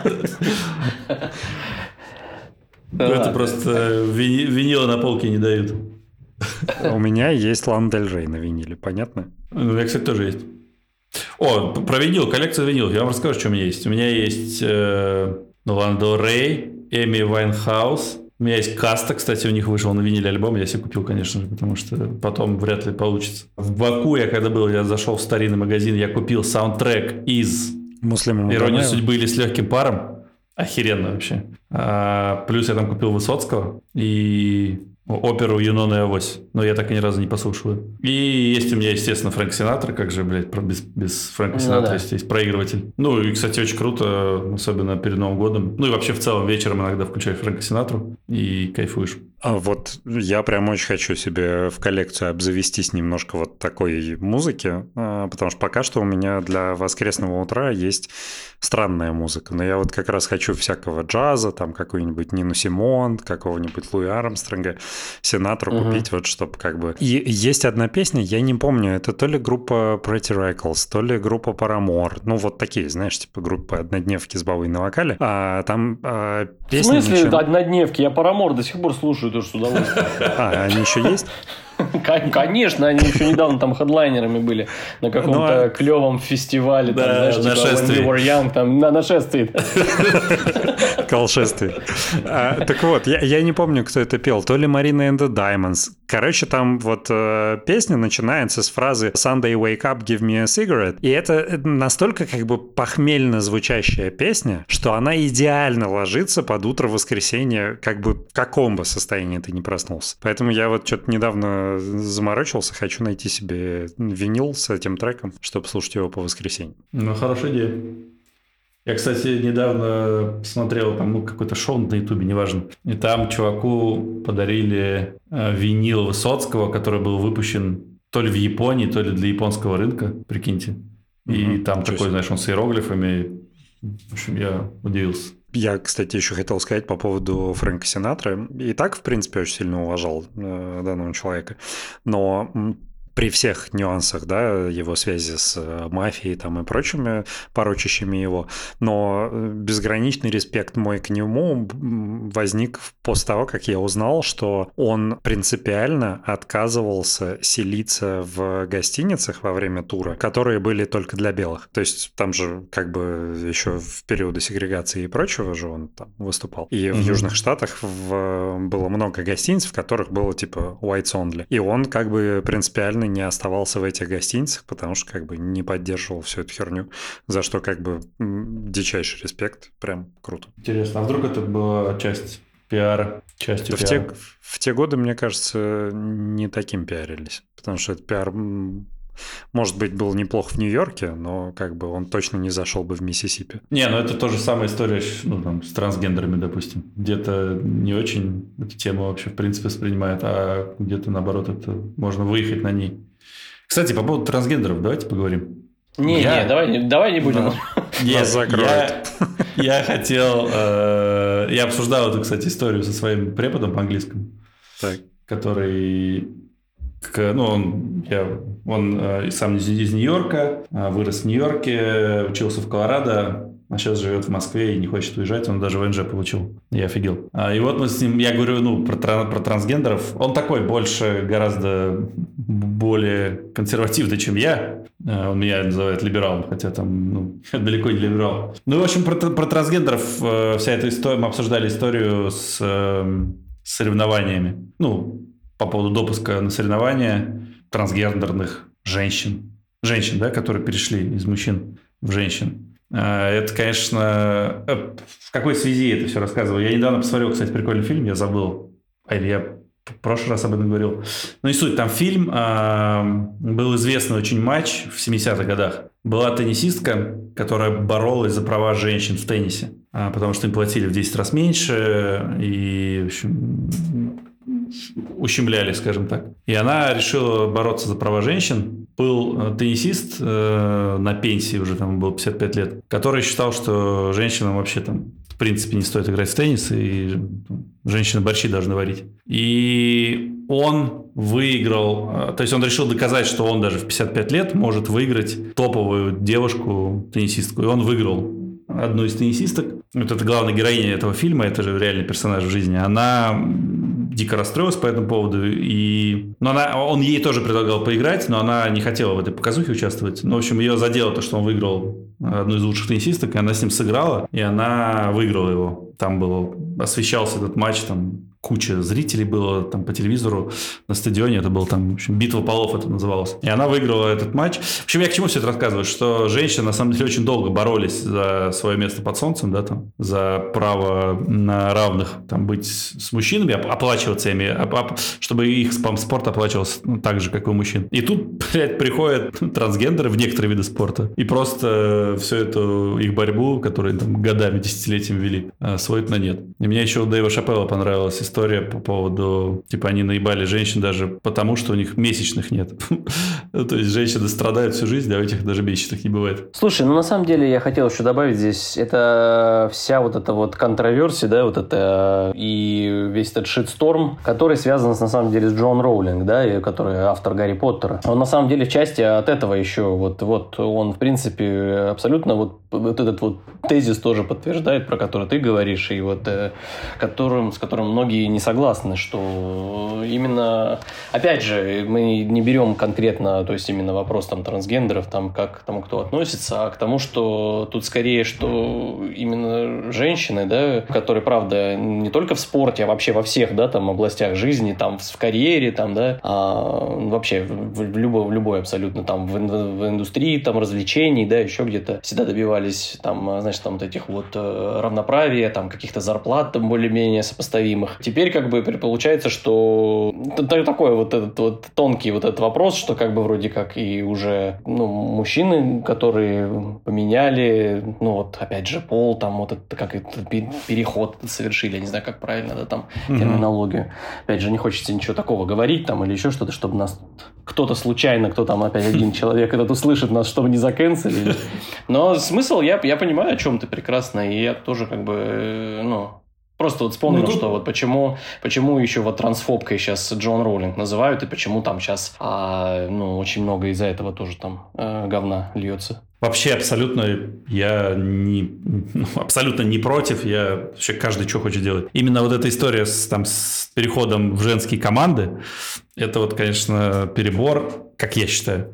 Это просто винила на полке не дают. У меня есть Лана Дель Рей на виниле, понятно? У меня, кстати, тоже есть. О, про винил, коллекция винилов. Я вам расскажу, что у меня есть. У меня есть Лана Дель Рей, Эми Вайнхаус. У меня есть Каста, кстати, у них вышел на виниле альбом. Я себе купил, конечно же, потому что потом вряд ли получится. В Баку я когда был, я зашел в старинный магазин, я купил саундтрек из Муслима «Ирония судьбы» или «С легким паром». Охеренно вообще. А, плюс я там купил Высоцкого и оперу «Юнона и Авось». Но я так и ни разу не послушаю. И есть у меня, естественно, Фрэнк Синатра. Как же, блядь, без, без Фрэнка Синатра, ну, да. есть, есть проигрыватель. Ну, и, кстати, очень круто, особенно перед Новым годом. Ну, и вообще в целом вечером иногда включаю Фрэнка Синатру и кайфуешь. А вот я прям очень хочу себе в коллекцию обзавестись немножко вот такой музыки, потому что пока что у меня для воскресного утра есть странная музыка. Но я вот как раз хочу всякого джаза, там какую-нибудь Нину Симон, какого-нибудь Луи Армстронга, Синатру угу. купить, вот чтобы как бы... И есть одна песня, я не помню, это то ли группа Pretty Reckless, то ли группа Paramore, ну вот такие, знаешь, типа группы однодневки с бабой на вокале. А там а, песня... В смысле начи... однодневки? Я Paramore до сих пор слушаю тоже с удовольствием. А, они еще есть? Конечно, они еще недавно там хедлайнерами были на каком-то ну, клевом фестивале. Там, да, знаешь, на типа шествии. When We Were Young, там, на нашествии. Колшествие. А, так вот, я, я не помню, кто это пел. То ли Marina and the Diamonds. Короче, там вот э, песня начинается с фразы «Sunday wake up, give me a cigarette». И это настолько как бы похмельно звучащая песня, что она идеально ложится под утро воскресенья, как бы в каком бы состоянии ты не проснулся. Поэтому я вот что-то недавно заморочился, хочу найти себе винил с этим треком, чтобы слушать его по воскресенью. Ну, хорошая идея. Я, кстати, недавно смотрел там ну, какое-то шоу на Ютубе, неважно. И там чуваку подарили э, винил Высоцкого, который был выпущен то ли в Японии, то ли для японского рынка, прикиньте. И mm-hmm. там Чуть. такой, знаешь, он с иероглифами. В общем, я удивился. Я, кстати, еще хотел сказать по поводу Фрэнка Синатра. И так, в принципе, очень сильно уважал э, данного человека. Но... при всех нюансах, да, его связи с мафией там и прочими порочащими его, но безграничный респект мой к нему возник после того, как я узнал, что он принципиально отказывался селиться в гостиницах во время тура, которые были только для белых. То есть там же как бы еще в периоды сегрегации и прочего же он там выступал. И mm-hmm. в Южных Штатах в... было много гостиниц, в которых было типа whites only. И он как бы принципиально не оставался в этих гостиницах, потому что как бы не поддерживал всю эту херню, за что как бы дичайший респект, прям круто. Интересно, а вдруг это была часть пиара? Частью да пиара? В те, в те годы, мне кажется, не таким пиарились, потому что этот пиар, может быть, был неплох в Нью-Йорке, но как бы он точно не зашел бы в Миссисипи. Не, ну это тоже самая история ну, там, с трансгендерами, допустим. Где-то не очень эту тему вообще в принципе воспринимают, а где-то наоборот это можно выехать на ней. Кстати, по поводу трансгендеров давайте поговорим. Не, я... не, давай, давай не будем. Нет, Нас закроют. Я, я хотел... Э, я обсуждал эту, кстати, историю со своим преподом по английскому, так. который... Ну, он, я, он э, сам из, из Нью-Йорка, вырос в Нью-Йорке, учился в Колорадо, а сейчас живет в Москве и не хочет уезжать, он даже ВНЖ получил. Я офигел. А, и вот мы с ним, я говорю, ну, про, про трансгендеров. Он такой больше, гораздо более консервативный, чем я. Он меня называет либералом, хотя там, ну, далеко не либерал. Ну, в общем, про, про трансгендеров вся эта история, мы обсуждали историю с, с соревнованиями. Ну, по поводу допуска на соревнования трансгендерных женщин. Женщин, да, которые перешли из мужчин в женщин. Это, конечно... В какой связи это все рассказывал? Я недавно посмотрел, кстати, прикольный фильм, я забыл. А или я в прошлый раз об этом говорил. Ну, не суть. Там фильм, был известный очень матч в семидесятых годах. Была теннисистка, которая боролась за права женщин в теннисе. Потому что им платили в десять раз меньше. И, в общем... ущемляли, скажем так. И она решила бороться за права женщин. Был теннисист э, на пенсии, уже там было пятьдесят пять лет, который считал, что женщинам вообще там в принципе не стоит играть в теннис, и женщины борщи должны варить. И он выиграл, то есть он решил доказать, что он даже в пятьдесят пять лет может выиграть топовую девушку-теннисистку. И он выиграл одну из теннисисток. Вот это главная героиня этого фильма, это же реальный персонаж в жизни. Она дико расстроилась по этому поводу. И... Но она, он ей тоже предлагал поиграть, но она не хотела в этой показухе участвовать. Ну, в общем, ее задело то, что он выиграл одну из лучших теннисисток, и она с ним сыграла, и она выиграла его. Там был, освещался этот матч, там куча зрителей было там по телевизору на стадионе, это был там, в общем, битва полов это называлось. И она выиграла этот матч. В общем, я к чему все это рассказываю? Что женщины, на самом деле, очень долго боролись за свое место под солнцем, да, там, за право на равных там быть с мужчинами, оплачиваться ими, чтобы их спорт оплачивался ну, так же, как и у мужчин. И тут, блядь, приходят трансгендеры в некоторые виды спорта и просто всю эту их борьбу, которую там годами, десятилетиями вели, сводят на нет. И мне еще у Дэйва Шапелла понравилась история по поводу, типа, они наебали женщин даже потому, что у них месячных нет. То есть женщины страдают всю жизнь, а у этих даже месячных не бывает. Слушай, ну на самом деле я хотел еще добавить здесь, это вся вот эта вот контроверсия, да, вот это и весь этот шитсторм, который связан на самом деле с Джон Роулинг, да, и который автор Гарри Поттера. Он на самом деле в части от этого еще, вот, вот он в принципе абсолютно вот, вот этот вот тезис тоже подтверждает, про который ты говоришь, и вот э, которым, с которым многие не согласны, что именно, опять же, мы не берем конкретно, то есть именно вопрос там трансгендеров, там как к тому, кто относится, а к тому, что тут скорее, что именно женщины, да, которые, правда, не только в спорте, а вообще во всех, да, там областях жизни, там в карьере, там, да, а вообще в, в, любой, в любой абсолютно там в, в индустрии, там развлечений, да, еще где-то всегда добивались там, значит, там вот этих вот равноправия, там каких-то зарплат там более-менее сопоставимых. Теперь как бы получается, что такой вот этот вот тонкий вот этот вопрос, что как бы вроде как и уже ну, мужчины, которые поменяли, ну вот опять же пол, там вот это как это переход совершили, я не знаю, как правильно, да, там mm-hmm. терминологию. Опять же, не хочется ничего такого говорить там или еще что-то, чтобы нас кто-то случайно, кто там опять один человек этот услышит нас, чтобы не закэнселили. Но смысл, я, я понимаю, о чем ты прекрасно, и я тоже как бы, ну... Просто вот вспомнил, ну, тут... что вот почему, почему еще вот трансфобкой сейчас Джон Роулинг называют, и почему там сейчас а, ну, очень много из-за этого тоже там э, говна льется. Вообще абсолютно я не, ну, абсолютно не против, я вообще каждый что хочет делать. Именно вот эта история с, там, с переходом в женские команды, это вот, конечно, перебор, как я считаю.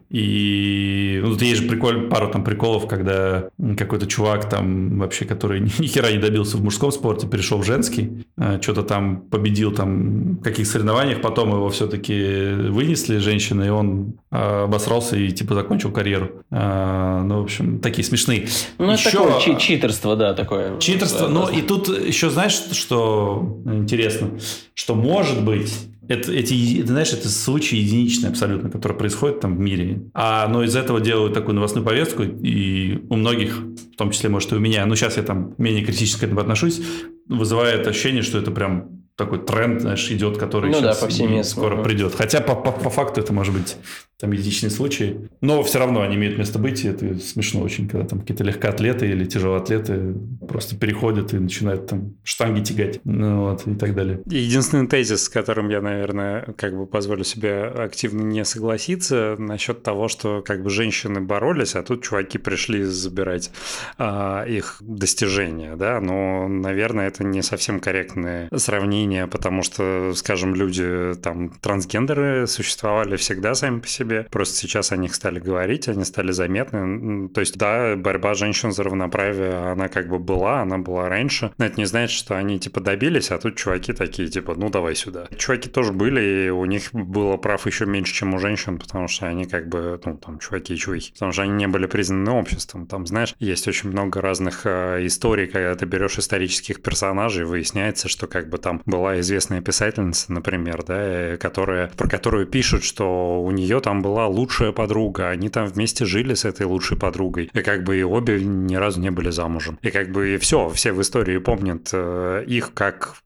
И ну, тут есть же приколь, пару там приколов, когда какой-то чувак там вообще, который ни хера не добился в мужском спорте, перешел в женский, что-то там победил там в каких соревнованиях, потом его все-таки вынесли женщины, и он обосрался и типа закончил карьеру. Ну, в общем, такие смешные. Ну, еще... это такое чи- читерство, да, такое. Читерство. Ну, и тут еще, знаешь, что интересно? Что, может быть, это, эти, это, знаешь, это случаи единичные абсолютно, которые происходят там в мире. А, но из этого делают такую новостную повестку, и у многих, в том числе, может, и у меня, ну, сейчас я там менее критически к этому отношусь, вызывает ощущение, что это прям такой тренд, знаешь, идет, который ну, сейчас да, скоро угу. придет. Хотя по, по, по факту это может быть там единичные случаи, но все равно они имеют место быть, и это смешно очень, когда там какие-то легкоатлеты или тяжелоатлеты просто переходят и начинают там штанги тягать, ну, вот, и так далее. Единственный тезис, с которым я, наверное, как бы позволю себе активно не согласиться, насчет того, что как бы женщины боролись, а тут чуваки пришли забирать а, их достижения, да, но, наверное, это не совсем корректное сравнение, потому что, скажем, люди там трансгендеры существовали всегда сами по себе, просто сейчас о них стали говорить, они стали заметны. То есть, да, борьба женщин за равноправие, она как бы была, она была раньше, но это не значит, что они типа добились, а тут чуваки такие типа, ну давай сюда. Чуваки тоже были, и у них было прав еще меньше, чем у женщин, потому что они как бы, ну там, чуваки и чувахи, потому что они не были признаны обществом. Там, знаешь, есть очень много разных э, историй, когда ты берешь исторических персонажей, выясняется, что как бы там была известная писательница, например, да, которая, про которую пишут, что у нее там была лучшая подруга, они там вместе жили с этой лучшей подругой, и как бы и обе ни разу не были замужем. И как бы и все, все в истории помнят э, их как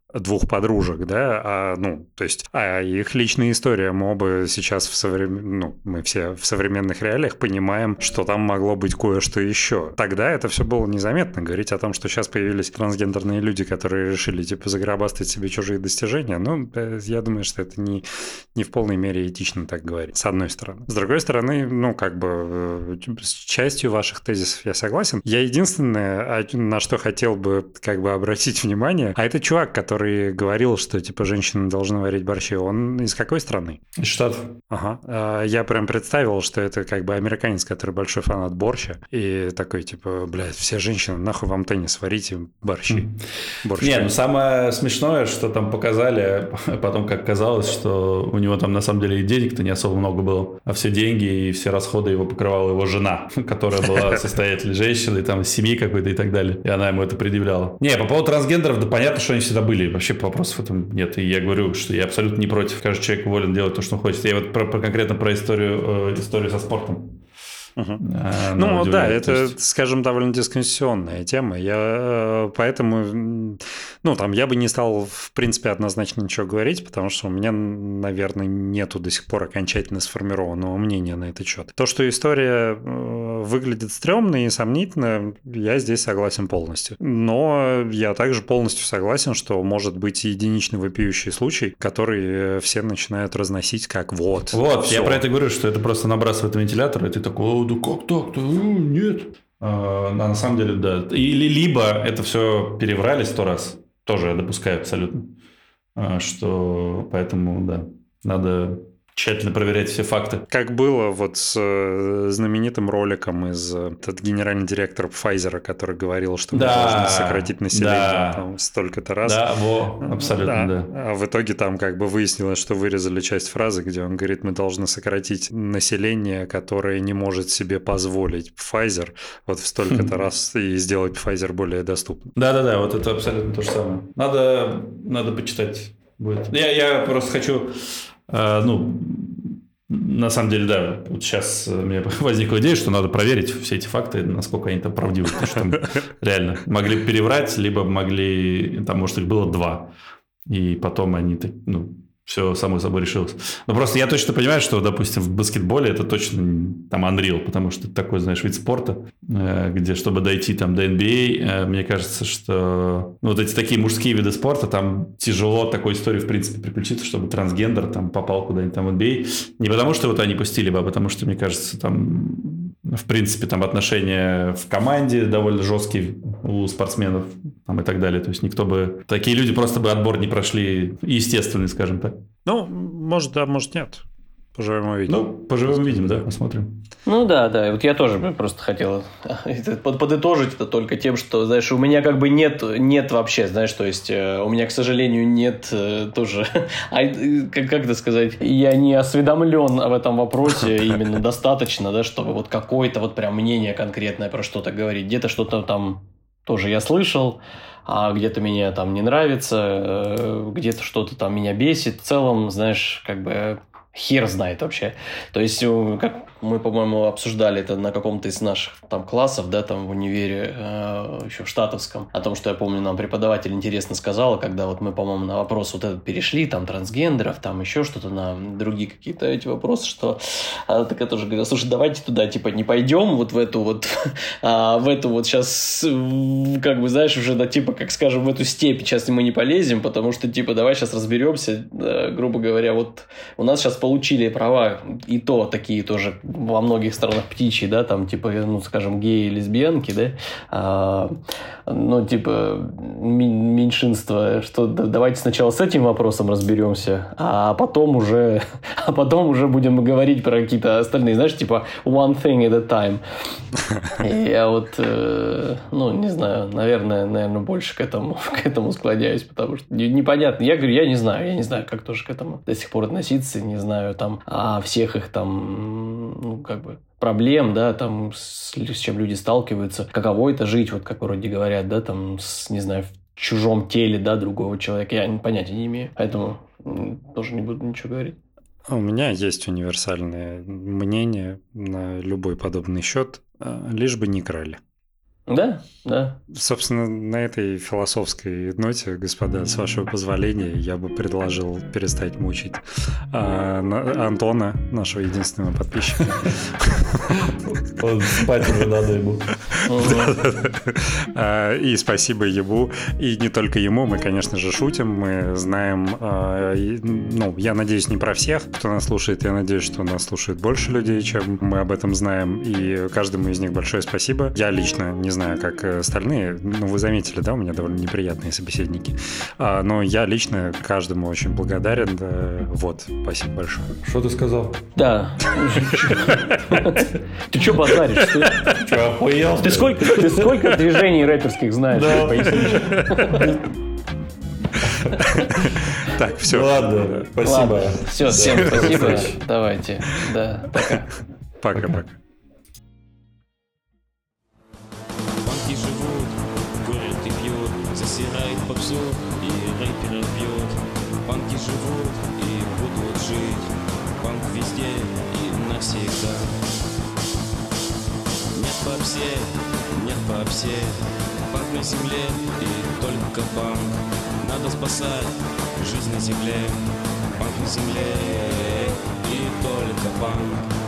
двух подружек, да, а, ну, то есть, а их личная история, мы оба сейчас в современ... ну, мы все в современных реалиях понимаем, что там могло быть кое-что еще. Тогда это все было незаметно. Говорить о том, что сейчас появились трансгендерные люди, которые решили, типа, заграбастать себе чужие достижения, ну, я думаю, что это не, не в полной мере этично так говорить, с одной стороны. С другой стороны, ну, как бы, с частью ваших тезисов я согласен. Я единственное, на что хотел бы, как бы, обратить внимание, а это чувак, который говорил, что, типа, женщины должны варить борщи. Он из какой страны? Из Штатов. Ага. Я прям представил, что это как бы американец, который большой фанат борща. И такой, типа, блядь, все женщины, нахуй вам теннис, варите борщи. Борщ. Не, ну самое смешное, что там показали, потом как казалось, что у него там на самом деле и денег-то не особо много было, а все деньги и все расходы его покрывала его жена, которая была состоятельной женщиной, там, семьи какой-то и так далее. И она ему это предъявляла. Не, по поводу трансгендеров, да понятно, что они всегда были. Вообще вопросов в этом нет. И я говорю, что я абсолютно не против. Каждый человек волен делать то, что он хочет. Я вот про, про, конкретно про историю, э, историю со спортом. Uh-huh. А, ну да, это, есть... скажем, довольно дискуссионная тема. Я поэтому, ну там, я бы не стал, в принципе, однозначно ничего говорить, потому что у меня, наверное, нету до сих пор окончательно сформированного мнения на этот счет. То, что история выглядит стрёмно и сомнительно, я здесь согласен полностью. Но я также полностью согласен, что может быть единичный вопиющий случай, который все начинают разносить как вот. Вот, всё. Я про это говорю, что это просто набрасывает вентилятор, и ты такой, да как так-то? Нет. А, на самом деле, да. Или либо это все переврали сто раз. Тоже я допускаю абсолютно. А, что поэтому, да, надо тщательно проверять все факты. Как было вот с знаменитым роликом из этот генеральный директор Pfizer, который говорил, что мы да, должны сократить население да, там, столько-то раз. Да, во, абсолютно, да. да. А в итоге там как бы выяснилось, что вырезали часть фразы, где он говорит, мы должны сократить население, которое не может себе позволить Pfizer вот в столько-то хм. раз и сделать Pfizer более доступным. Да-да-да, вот это абсолютно то же самое. Надо, надо почитать будет. Я, я просто хочу... Uh, ну, на самом деле, да, вот сейчас у меня возникла идея, что надо проверить все эти факты, насколько они там правдивы, потому что там реально могли переврать, либо могли, там, может, их было два, и потом они, ну, все само собой решилось. Но просто я точно понимаю, что, допустим, в баскетболе это точно там Unreal, потому что это такой, знаешь, вид спорта, где, чтобы дойти там до эн би эй, мне кажется, что ну, вот эти такие мужские виды спорта, там тяжело такой истории, в принципе, приключиться, чтобы трансгендер там попал куда-нибудь там в эн би эй. Не потому, что вот они пустили бы, а потому что, мне кажется, там, в принципе, там отношения в команде довольно жесткие у спортсменов там, и так далее. То есть никто бы... Такие люди просто бы отбор не прошли естественный, скажем так. Ну, может, да, может, нет. Поживем увидим. Ну, поживем увидим, да, посмотрим. Ну, да, да. Вот я тоже просто хотел подытожить это только тем, что, знаешь, у меня как бы нет, нет вообще, знаешь, то есть у меня, к сожалению, нет тоже, как, как это сказать, я не осведомлен в этом вопросе именно достаточно, да, чтобы вот какое-то вот прям мнение конкретное про что-то говорить. Где-то что-то там тоже я слышал, а где-то меня там не нравится, где-то что-то там меня бесит. В целом, знаешь, как бы хер знает вообще. То есть, как мы, по-моему, обсуждали это на каком-то из наших там классов, да, там в универе, э, еще в штатовском, о том, что я помню, нам преподаватель интересно сказал, когда вот мы, по-моему, на вопрос вот этот перешли, там, трансгендеров, там, еще что-то, на другие какие-то эти вопросы, что, а, так я тоже говорю, слушай, давайте туда, типа, не пойдем вот в эту вот, а, в эту вот сейчас, как бы, знаешь, уже, да, типа, как скажем, в эту степь сейчас мы не полезем, потому что, типа, давай сейчас разберемся, да, грубо говоря, вот у нас сейчас получили права, и то такие тоже во многих странах птичьи, да, там, типа, ну, скажем, геи, лесбиянки, да, а, ну, типа, меньшинство, что давайте сначала с этим вопросом разберемся, а потом уже, а потом уже будем говорить про какие-то остальные, знаешь, типа, one thing at a time. И я вот, э, ну, не знаю, наверное, наверное, больше к этому, к этому склоняюсь, потому что непонятно. Я говорю, я не знаю, я не знаю, как тоже к этому до сих пор относиться, не знаю, там, а всех их там, ну, как бы, проблем, да, там, с, с чем люди сталкиваются, каково это жить, вот как вроде говорят, да, там, с, не знаю, в чужом теле, да, другого человека, я понятия не имею, поэтому тоже не буду ничего говорить. У меня есть универсальное мнение на любой подобный счет, лишь бы не крали. Да, да. Собственно, на этой философской ноте, господа, с вашего позволения, я бы предложил перестать мучить а, на, Антона, нашего единственного подписчика. Спать уже надо ему. И спасибо ему. И не только ему, мы, конечно же, шутим. Мы знаем, ну, я надеюсь, не про всех, кто нас слушает. Я надеюсь, что нас слушает больше людей, чем мы об этом знаем. И каждому из них большое спасибо. Я лично не знаю, как остальные. Ну, вы заметили, да, у меня довольно неприятные собеседники. Но я лично каждому очень благодарен. Вот, спасибо большое. Что ты сказал? Да. Ты что базаришь? Что, охуел? Ты сколько, ты сколько движений рэперских знаешь? Да. Так, все. Ладно, спасибо. Ладно. Все, всем спасибо. Давайте. Да, пока. Пока-пока. Банки живут, курят и пьют, засирает попсу и рэперов бьют. Банки живут и будут жить, банк везде и навсегда. Нет попсе, нет попсе, банк на земле и только банк. Надо спасать жизнь на земле, банк на земле и только банк.